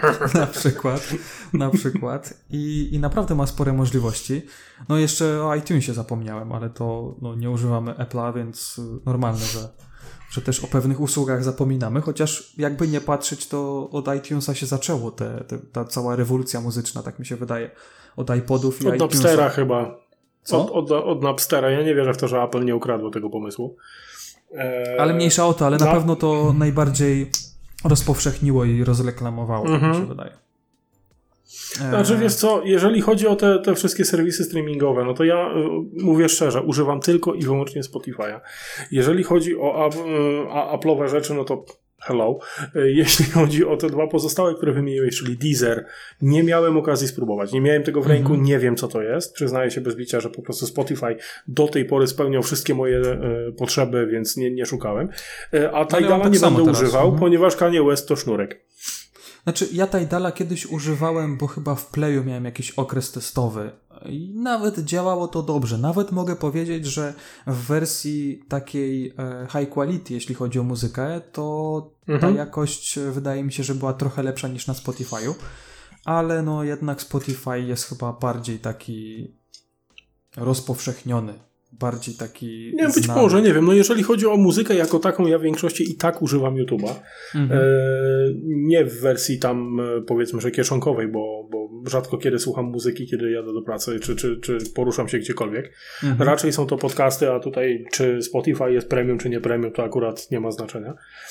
Na przykład. I naprawdę ma spore możliwości. No jeszcze o iTunesie zapomniałem, ale to nie używamy Apple'a, więc normalne, że też o pewnych usługach zapominamy, chociaż jakby nie patrzeć, to od iTunesa się zaczęło ta cała rewolucja muzyczna, tak mi się wydaje. Od iPodów i od iTunesa. Napstera chyba. Co? Od Napstera. Ja nie wierzę w to, że Apple nie ukradło tego pomysłu. Ale mniejsza o to, ale na pewno to najbardziej rozpowszechniło i rozreklamowało, tak mi się wydaje. Znaczy wiesz co, jeżeli chodzi o te wszystkie serwisy streamingowe, no to ja mówię szczerze, używam tylko i wyłącznie Spotify'a. Jeżeli chodzi o Apple'owe rzeczy, no to hello. Jeśli chodzi o te dwa pozostałe, które wymieniłeś, czyli Deezer, nie miałem okazji spróbować. Nie miałem tego w ręku, nie wiem co to jest. Przyznaję się bez bicia, że po prostu Spotify do tej pory spełniał wszystkie moje potrzeby, więc nie szukałem. A Tidala nie będę używał, ponieważ Kanye West to sznurek. Znaczy, ja Tidala kiedyś używałem, bo chyba w Playu miałem jakiś okres testowy i nawet działało to dobrze. Nawet mogę powiedzieć, że w wersji takiej high quality, jeśli chodzi o muzykę, to ta jakość wydaje mi się, że była trochę lepsza niż na Spotify'u, ale no jednak Spotify jest chyba bardziej taki rozpowszechniony. Bardziej taki nie, być znany. może, nie wiem. No jeżeli chodzi o muzykę jako taką, ja w większości i tak używam YouTube'a. Nie w wersji tam powiedzmy, że kieszonkowej, bo rzadko kiedy słucham muzyki, kiedy jadę do pracy, czy poruszam się gdziekolwiek. Raczej są to podcasty, a tutaj czy Spotify jest premium, czy nie premium, to akurat nie ma znaczenia.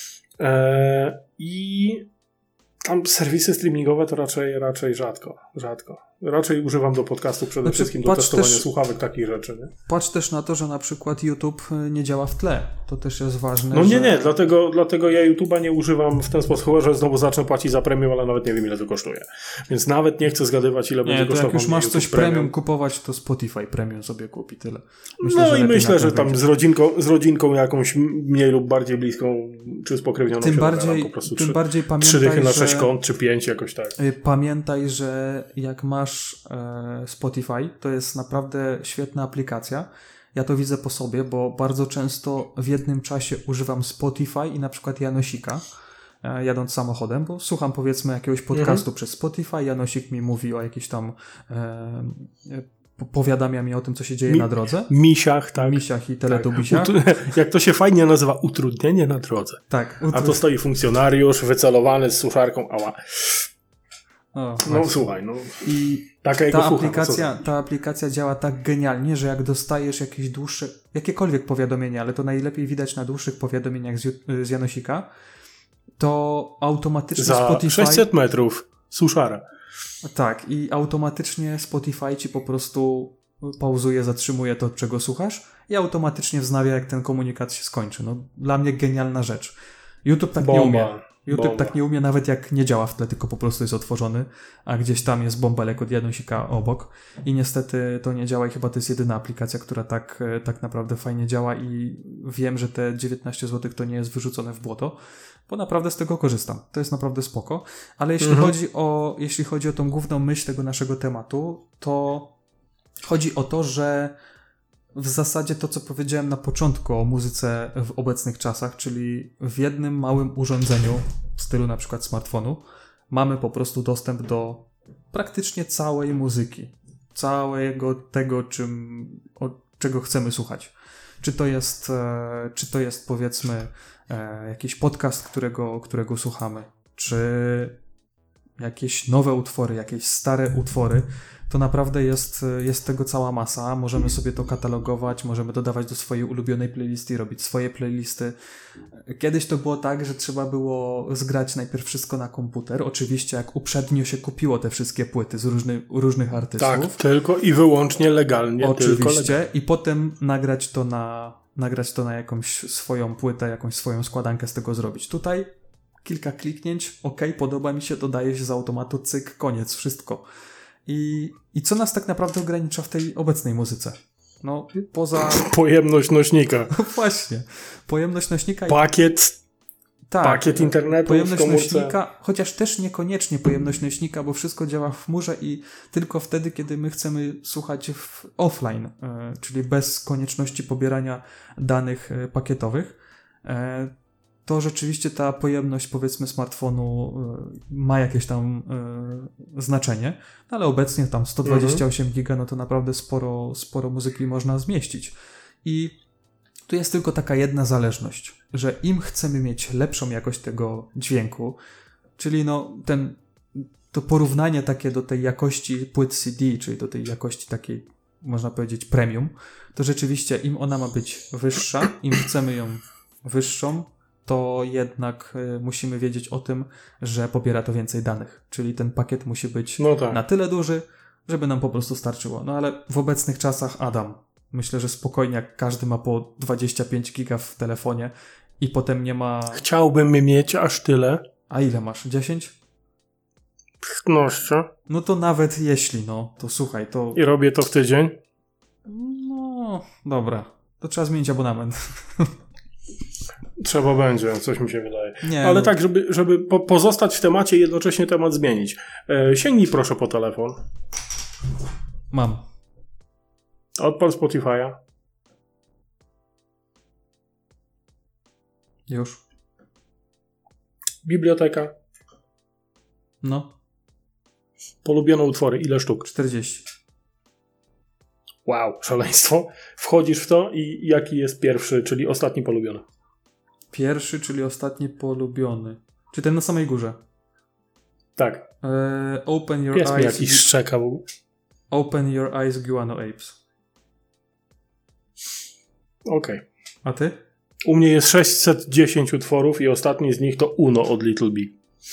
I tam serwisy streamingowe to raczej rzadko. Raczej używam do podcastów przede wszystkim do testowania słuchawek, takich rzeczy. Nie? Patrz też na to, że na przykład YouTube nie działa w tle. To też jest ważne. No nie, dlatego ja YouTube'a nie używam w ten sposób, chyba że znowu zacznę płacić za premium, ale nawet nie wiem ile to kosztuje. Więc nawet nie chcę zgadywać ile będzie kosztował. Jak już masz coś premium kupować, to Spotify premium sobie kupi, tyle. Myślę, że tam z rodzinką jakąś mniej lub bardziej bliską, czy spokrewnioną tym się bardziej, po prostu tym bardziej pamiętaj, 3 dychy na 6 kont, czy 5 jakoś tak. Pamiętaj, że jak masz Spotify, to jest naprawdę świetna aplikacja. Ja to widzę po sobie, bo bardzo często w jednym czasie używam Spotify i na przykład Janosika, jadąc samochodem, bo słucham powiedzmy jakiegoś podcastu przez Spotify, Janosik mi mówi o jakichś tam powiadamia mi o tym, co się dzieje na drodze. Misiach, tak. Misiach i teletubisiach. Jak to się fajnie nazywa, utrudnienie na drodze. Tak. A to stoi funkcjonariusz wycelowany z suszarką, ała. Słuchaj, I taka jego ta aplikacja działa tak genialnie, że jak dostajesz jakieś dłuższe, jakiekolwiek powiadomienie, ale to najlepiej widać na dłuższych powiadomieniach z Janosika, to automatycznie za Spotify... 600 metrów suszara. Tak, i automatycznie Spotify ci po prostu pauzuje, zatrzymuje to, czego słuchasz i automatycznie wznawia, jak ten komunikat się skończy. Dla mnie genialna rzecz. YouTube tak nie umie. Tak nie umie, nawet jak nie działa w tle, tylko po prostu jest otworzony, a gdzieś tam jest bąbelek od Janosika obok i niestety to nie działa i chyba to jest jedyna aplikacja, która tak naprawdę fajnie działa i wiem, że te 19 zł to nie jest wyrzucone w błoto, bo naprawdę z tego korzystam. To jest naprawdę spoko, ale jeśli chodzi o tą główną myśl tego naszego tematu, to chodzi o to, że w zasadzie to, co powiedziałem na początku o muzyce w obecnych czasach, czyli w jednym małym urządzeniu w stylu na przykład smartfonu mamy po prostu dostęp do praktycznie całej muzyki. Całego tego, czego chcemy słuchać. Czy to jest powiedzmy jakiś podcast, którego słuchamy, czy jakieś nowe utwory, jakieś stare utwory, to naprawdę jest tego cała masa. Możemy sobie to katalogować, możemy dodawać do swojej ulubionej playlisty, robić swoje playlisty. Kiedyś to było tak, że trzeba było zgrać najpierw wszystko na komputer. Oczywiście jak uprzednio się kupiło te wszystkie płyty z różnych artystów. Tak, tylko i wyłącznie legalnie. Oczywiście. I potem nagrać to na jakąś swoją płytę, jakąś swoją składankę z tego zrobić. Tutaj kilka kliknięć, podoba mi się, dodaje się z automatu, cyk, koniec, wszystko. I co nas tak naprawdę ogranicza w tej obecnej muzyce? Poza... Pojemność nośnika. Właśnie. Pojemność nośnika. Pakiet internetu pojemność w komórce. nośnika, chociaż też niekoniecznie pojemność nośnika, bo wszystko działa w chmurze i tylko wtedy, kiedy my chcemy słuchać offline, czyli bez konieczności pobierania danych pakietowych, to rzeczywiście ta pojemność, powiedzmy, smartfonu ma jakieś tam znaczenie, ale obecnie tam 128 giga, to naprawdę sporo muzyki można zmieścić. I tu jest tylko taka jedna zależność, że im chcemy mieć lepszą jakość tego dźwięku, czyli to porównanie takie do tej jakości płyt CD, czyli do tej jakości takiej, można powiedzieć, premium, to rzeczywiście im ona ma być wyższa, im chcemy ją wyższą, to jednak musimy wiedzieć o tym, że pobiera to więcej danych. Czyli ten pakiet musi być na tyle duży, żeby nam po prostu starczyło. Ale w obecnych czasach, Adam, myślę, że spokojnie, jak każdy ma po 25 giga w telefonie i potem nie ma... Chciałbym mieć aż tyle. A ile masz? 10? 15. To nawet jeśli, to słuchaj, to... I robię to w tydzień? Dobra. To trzeba zmienić abonament. Trzeba będzie, coś mi się wydaje. Ale tak, żeby pozostać w temacie i jednocześnie temat zmienić. Sięgnij proszę po telefon. Mam. Odpal Spotify'a. Już. Biblioteka. Polubione utwory. Ile sztuk? 40. Wow, szaleństwo. Wchodzisz w to i jaki jest pierwszy, czyli ostatni polubiony? Pierwszy, czyli ostatni polubiony. Czy ten na samej górze? Tak. Open Your Pies Eyes. Mi jakiś szczeka. Open Your Eyes, Guano Apes. Okej. A ty? U mnie jest 610 utworów i ostatni z nich to Uno od Little Big.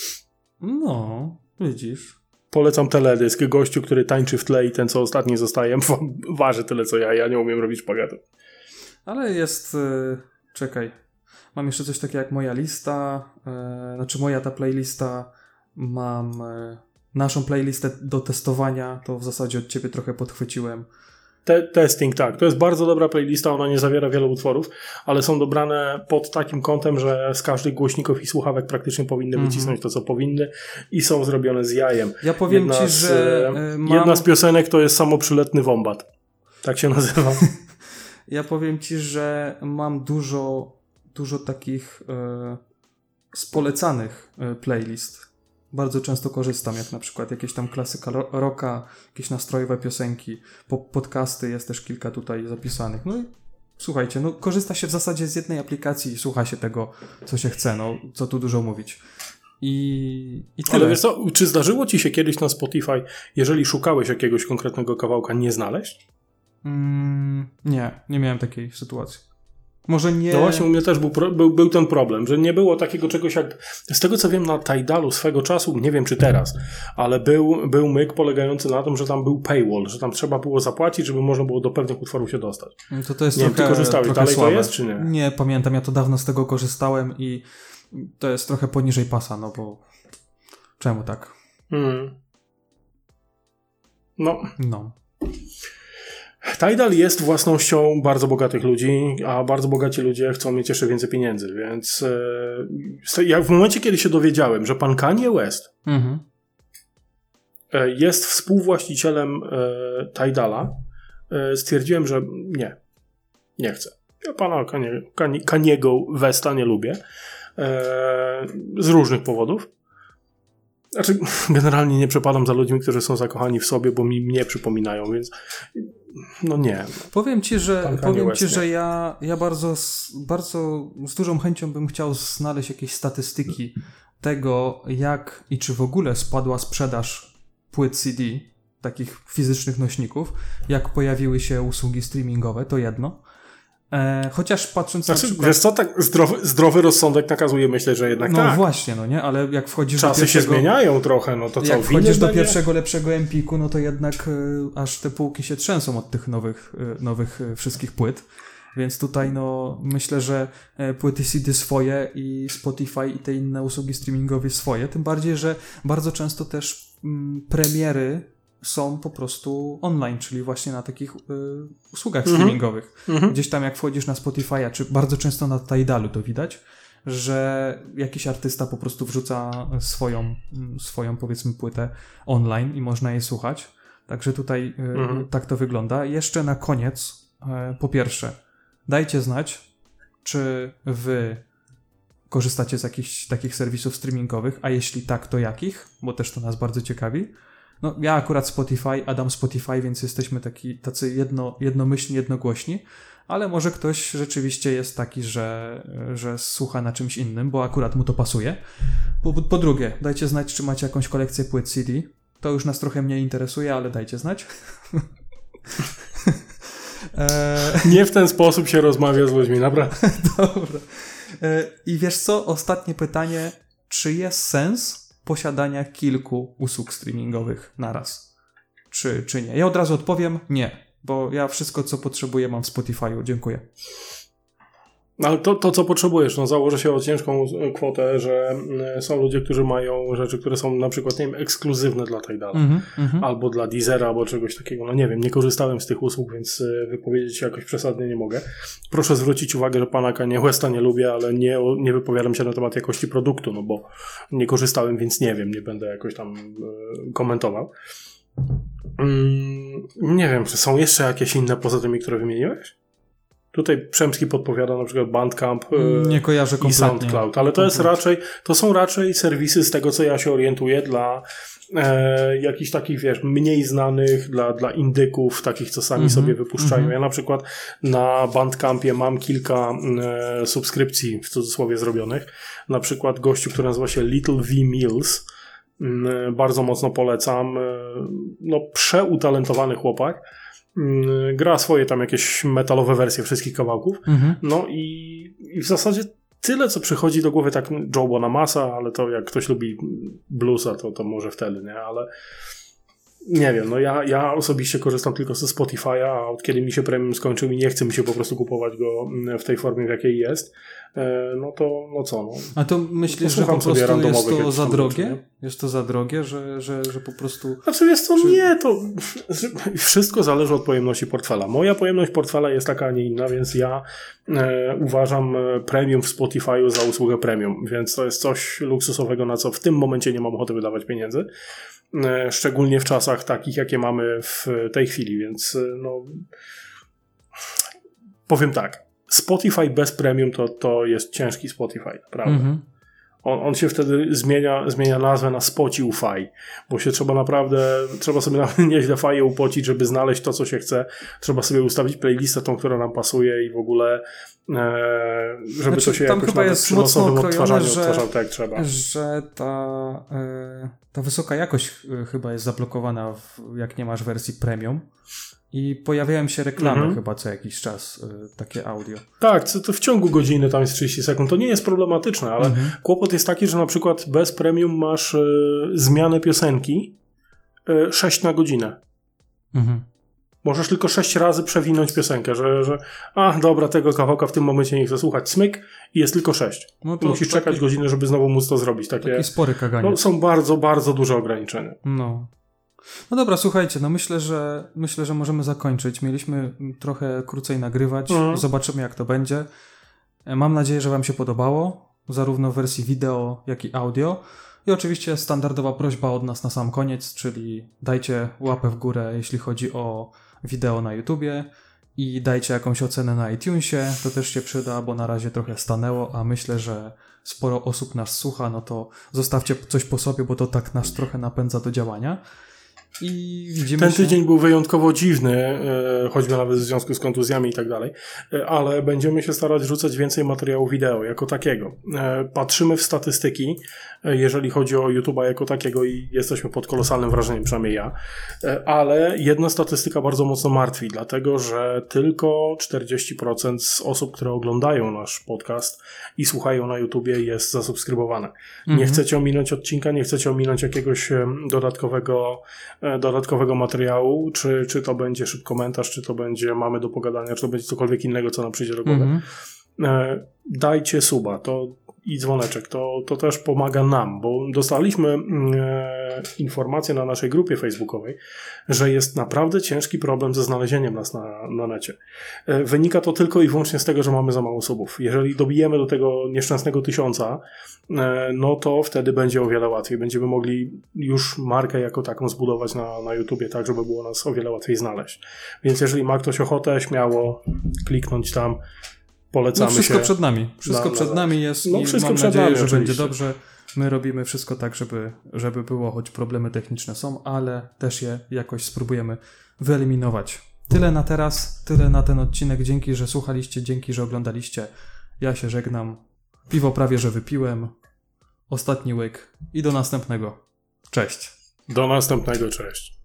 Widzisz. Polecam teledysk. Gościu, który tańczy w tle i ten, co ostatni zostaje, waży tyle, co ja. Ja nie umiem robić szpagatu. Ale jest... Czekaj. Mam jeszcze coś takiego jak moja lista. Moja ta playlista. Mam naszą playlistę do testowania. To w zasadzie od ciebie trochę podchwyciłem. Testing, tak. To jest bardzo dobra playlista. Ona nie zawiera wielu utworów, ale są dobrane pod takim kątem, że z każdych głośników i słuchawek praktycznie powinny wycisnąć to, co powinny i są zrobione z jajem. Ja powiem ci, że jedna z piosenek to jest Samoprzyletny Wombat. Tak się nazywa. Ja powiem ci, że mam dużo takich z polecanych playlist. bardzo często korzystam, jak na przykład jakieś tam klasyka rocka, jakieś nastrojowe piosenki, podcasty, jest też kilka tutaj zapisanych. No i słuchajcie, no korzysta się w zasadzie z jednej aplikacji i słucha się tego, co się chce, no co tu dużo mówić. I tyle. Ale wiesz co, czy zdarzyło ci się kiedyś na Spotify, jeżeli szukałeś jakiegoś konkretnego kawałka, nie znaleźć? Nie miałem takiej sytuacji. Może nie... No właśnie u mnie też był ten problem, że nie było takiego czegoś jak... Z tego co wiem na Tidalu swego czasu, nie wiem czy teraz, ale był myk polegający na tym, że tam był paywall, że tam trzeba było zapłacić, żeby można było do pewnych utworów się dostać. To jest nie wiem, ty korzystałeś, dalej słabe. to jest czy nie? Nie, pamiętam, ja to dawno z tego korzystałem i to jest trochę poniżej pasa, no bo czemu tak? No. Tidal jest własnością bardzo bogatych ludzi, a bardzo bogaci ludzie chcą mieć jeszcze więcej pieniędzy, więc ja w momencie, kiedy się dowiedziałem, że pan Kanye West jest współwłaścicielem Tidala, stwierdziłem, że nie chcę. Ja pana Kaniego Westa nie lubię z różnych powodów. Znaczy, generalnie nie przepadam za ludźmi, którzy są zakochani w sobie, bo mi mnie przypominają, więc no nie. Powiem ci, że ja bardzo z dużą chęcią bym chciał znaleźć jakieś statystyki tego, jak i czy w ogóle spadła sprzedaż płyt CD, takich fizycznych nośników, jak pojawiły się usługi streamingowe, to jedno. Chociaż patrząc na przykład... Wiesz co, tak zdrowy rozsądek nakazuje myśleć, że jednak tak. No właśnie, no nie, ale jak wchodzisz czasy do pierwszego... się zmieniają trochę, no to co? Jak wchodzisz do pierwszego, lepszego Empiku, no to jednak aż te półki się trzęsą od tych nowych wszystkich płyt. Więc tutaj no myślę, że płyty CD swoje i Spotify i te inne usługi streamingowe swoje, tym bardziej, że bardzo często też premiery są po prostu online, czyli właśnie na takich usługach streamingowych. Gdzieś tam jak wchodzisz na Spotify'a, czy bardzo często na Tidalu to widać, że jakiś artysta po prostu wrzuca swoją powiedzmy płytę online i można jej słuchać. Także tutaj tak to wygląda. Jeszcze na koniec, po pierwsze, dajcie znać, czy wy korzystacie z jakichś takich serwisów streamingowych, a jeśli tak, to jakich? Bo też to nas bardzo ciekawi. No, ja akurat Spotify, Adam Spotify, więc jesteśmy tacy jednomyślni, jednogłośni, ale może ktoś rzeczywiście jest taki, że słucha na czymś innym, bo akurat mu to pasuje. Po drugie, dajcie znać, czy macie jakąś kolekcję płyt CD. To już nas trochę mniej interesuje, ale dajcie znać. Nie w ten sposób się rozmawia z ludźmi, naprawdę. Dobra. I wiesz co? Ostatnie pytanie. Czy jest sens posiadania kilku usług streamingowych naraz? Czy nie? Ja od razu odpowiem nie, bo ja wszystko, co potrzebuję, mam w Spotify'u. Dziękuję. Ale to co potrzebujesz, no założę się o ciężką kwotę, że są ludzie, którzy mają rzeczy, które są na przykład, nie wiem, ekskluzywne dla Tidala, albo dla Deezera, albo czegoś takiego. No nie wiem, nie korzystałem z tych usług, więc wypowiedzieć się jakoś przesadnie nie mogę. Proszę zwrócić uwagę, że pana Kanye Westa nie lubię, ale nie wypowiadam się na temat jakości produktu, no bo nie korzystałem, więc nie wiem, nie będę jakoś tam komentował. Nie wiem, czy są jeszcze jakieś inne poza tymi, które wymieniłeś? Tutaj Przemski podpowiada na przykład Bandcamp nie kojarzę kompletnie. I SoundCloud, ale to są raczej serwisy, z tego co ja się orientuję, dla jakichś takich, wiesz, mniej znanych, dla indyków, takich co sami sobie wypuszczają. Ja na przykład na Bandcampie mam kilka subskrypcji w cudzysłowie zrobionych. Na przykład gościu, który nazywa się Little V Mills. Bardzo mocno polecam. No, przeutalentowany chłopak. Gra swoje tam jakieś metalowe wersje wszystkich kawałków. No i w zasadzie tyle, co przychodzi do głowy, tak Joe Bonamassa, ale to jak ktoś lubi bluesa, to może wtedy, nie? Ale nie wiem, no ja osobiście korzystam tylko ze Spotify'a, a od kiedy mi się premium skończył i nie chce mi się po prostu kupować go w tej formie, w jakiej jest, no co? No. A to myślisz, że po prostu jest to za drogie? Nie? Jest to za drogie, że po prostu... Znaczy jest to nie, to wszystko zależy od pojemności portfela. Moja pojemność portfela jest taka, a nie inna, więc ja uważam premium w Spotify'u za usługę premium, więc to jest coś luksusowego, na co w tym momencie nie mam ochoty wydawać pieniędzy. Szczególnie w czasach takich, jakie mamy w tej chwili, więc no powiem tak, Spotify bez premium to jest ciężki Spotify, naprawdę. On się wtedy zmienia nazwę na Spotify, bo się trzeba sobie nawet nieźle faję upocić, żeby znaleźć to, co się chce. Trzeba sobie ustawić playlistę tą, która nam pasuje i w ogóle żeby to się jakoś nawet przy losowym odtwarzaniu odtwarzał tak jak trzeba. Że ta wysoka jakość chyba jest zablokowana, jak nie masz wersji premium. I pojawiają się reklamy chyba co jakiś czas, takie audio. Tak, to w ciągu godziny tam jest 30 sekund. To nie jest problematyczne, ale kłopot jest taki, że na przykład bez premium masz zmianę piosenki 6 na godzinę. Możesz tylko 6 razy przewinąć piosenkę, że dobra, tego kawałka w tym momencie nie chcę słuchać. Smyk i jest tylko 6. No to musisz czekać godzinę, żeby znowu móc to zrobić. Taki spory kaganiec. No, są bardzo, bardzo duże ograniczenia. No dobra, słuchajcie, myślę, że możemy zakończyć. Mieliśmy trochę krócej nagrywać. Zobaczymy, jak to będzie. Mam nadzieję, że wam się podobało, zarówno w wersji wideo, jak i audio. I oczywiście standardowa prośba od nas na sam koniec, czyli dajcie łapę w górę, jeśli chodzi o wideo na YouTubie i dajcie jakąś ocenę na iTunesie. To też się przyda, bo na razie trochę stanęło, a myślę, że sporo osób nas słucha, no to zostawcie coś po sobie, bo to tak nas trochę napędza do działania. I widzimy Ten tydzień był wyjątkowo dziwny, choćby nawet w związku z kontuzjami i tak dalej, ale będziemy się starać rzucać więcej materiału wideo jako takiego. Patrzymy w statystyki, jeżeli chodzi o YouTube'a jako takiego i jesteśmy pod kolosalnym wrażeniem, przynajmniej ja, ale jedna statystyka bardzo mocno martwi, dlatego że tylko 40% z osób, które oglądają nasz podcast i słuchają na YouTubie, jest zasubskrybowane. Nie chcecie ominąć odcinka, nie chcecie ominąć jakiegoś dodatkowego materiału, czy to będzie szybki komentarz, czy to będzie mamy do pogadania, czy to będzie cokolwiek innego, co nam przyjdzie do głowy. Dajcie suba i dzwoneczek, to też pomaga nam, bo dostaliśmy informację na naszej grupie facebookowej, że jest naprawdę ciężki problem ze znalezieniem nas na necie. Wynika to tylko i wyłącznie z tego, że mamy za mało subów. Jeżeli dobijemy do tego nieszczęsnego 1000, no to wtedy będzie o wiele łatwiej. Będziemy mogli już markę jako taką zbudować na YouTubie tak, żeby było nas o wiele łatwiej znaleźć. Więc jeżeli ma ktoś ochotę, śmiało kliknąć tam. Polecamy wszystko się. Przed nami. Wszystko przed nami jest i mam nadzieję, że będzie dobrze. My robimy wszystko tak, żeby było, choć problemy techniczne są, ale też je jakoś spróbujemy wyeliminować. Tyle na teraz, tyle na ten odcinek. Dzięki, że słuchaliście, dzięki, że oglądaliście. Ja się żegnam. Piwo prawie, że wypiłem. Ostatni łyk i do następnego. Cześć. Do następnego, cześć.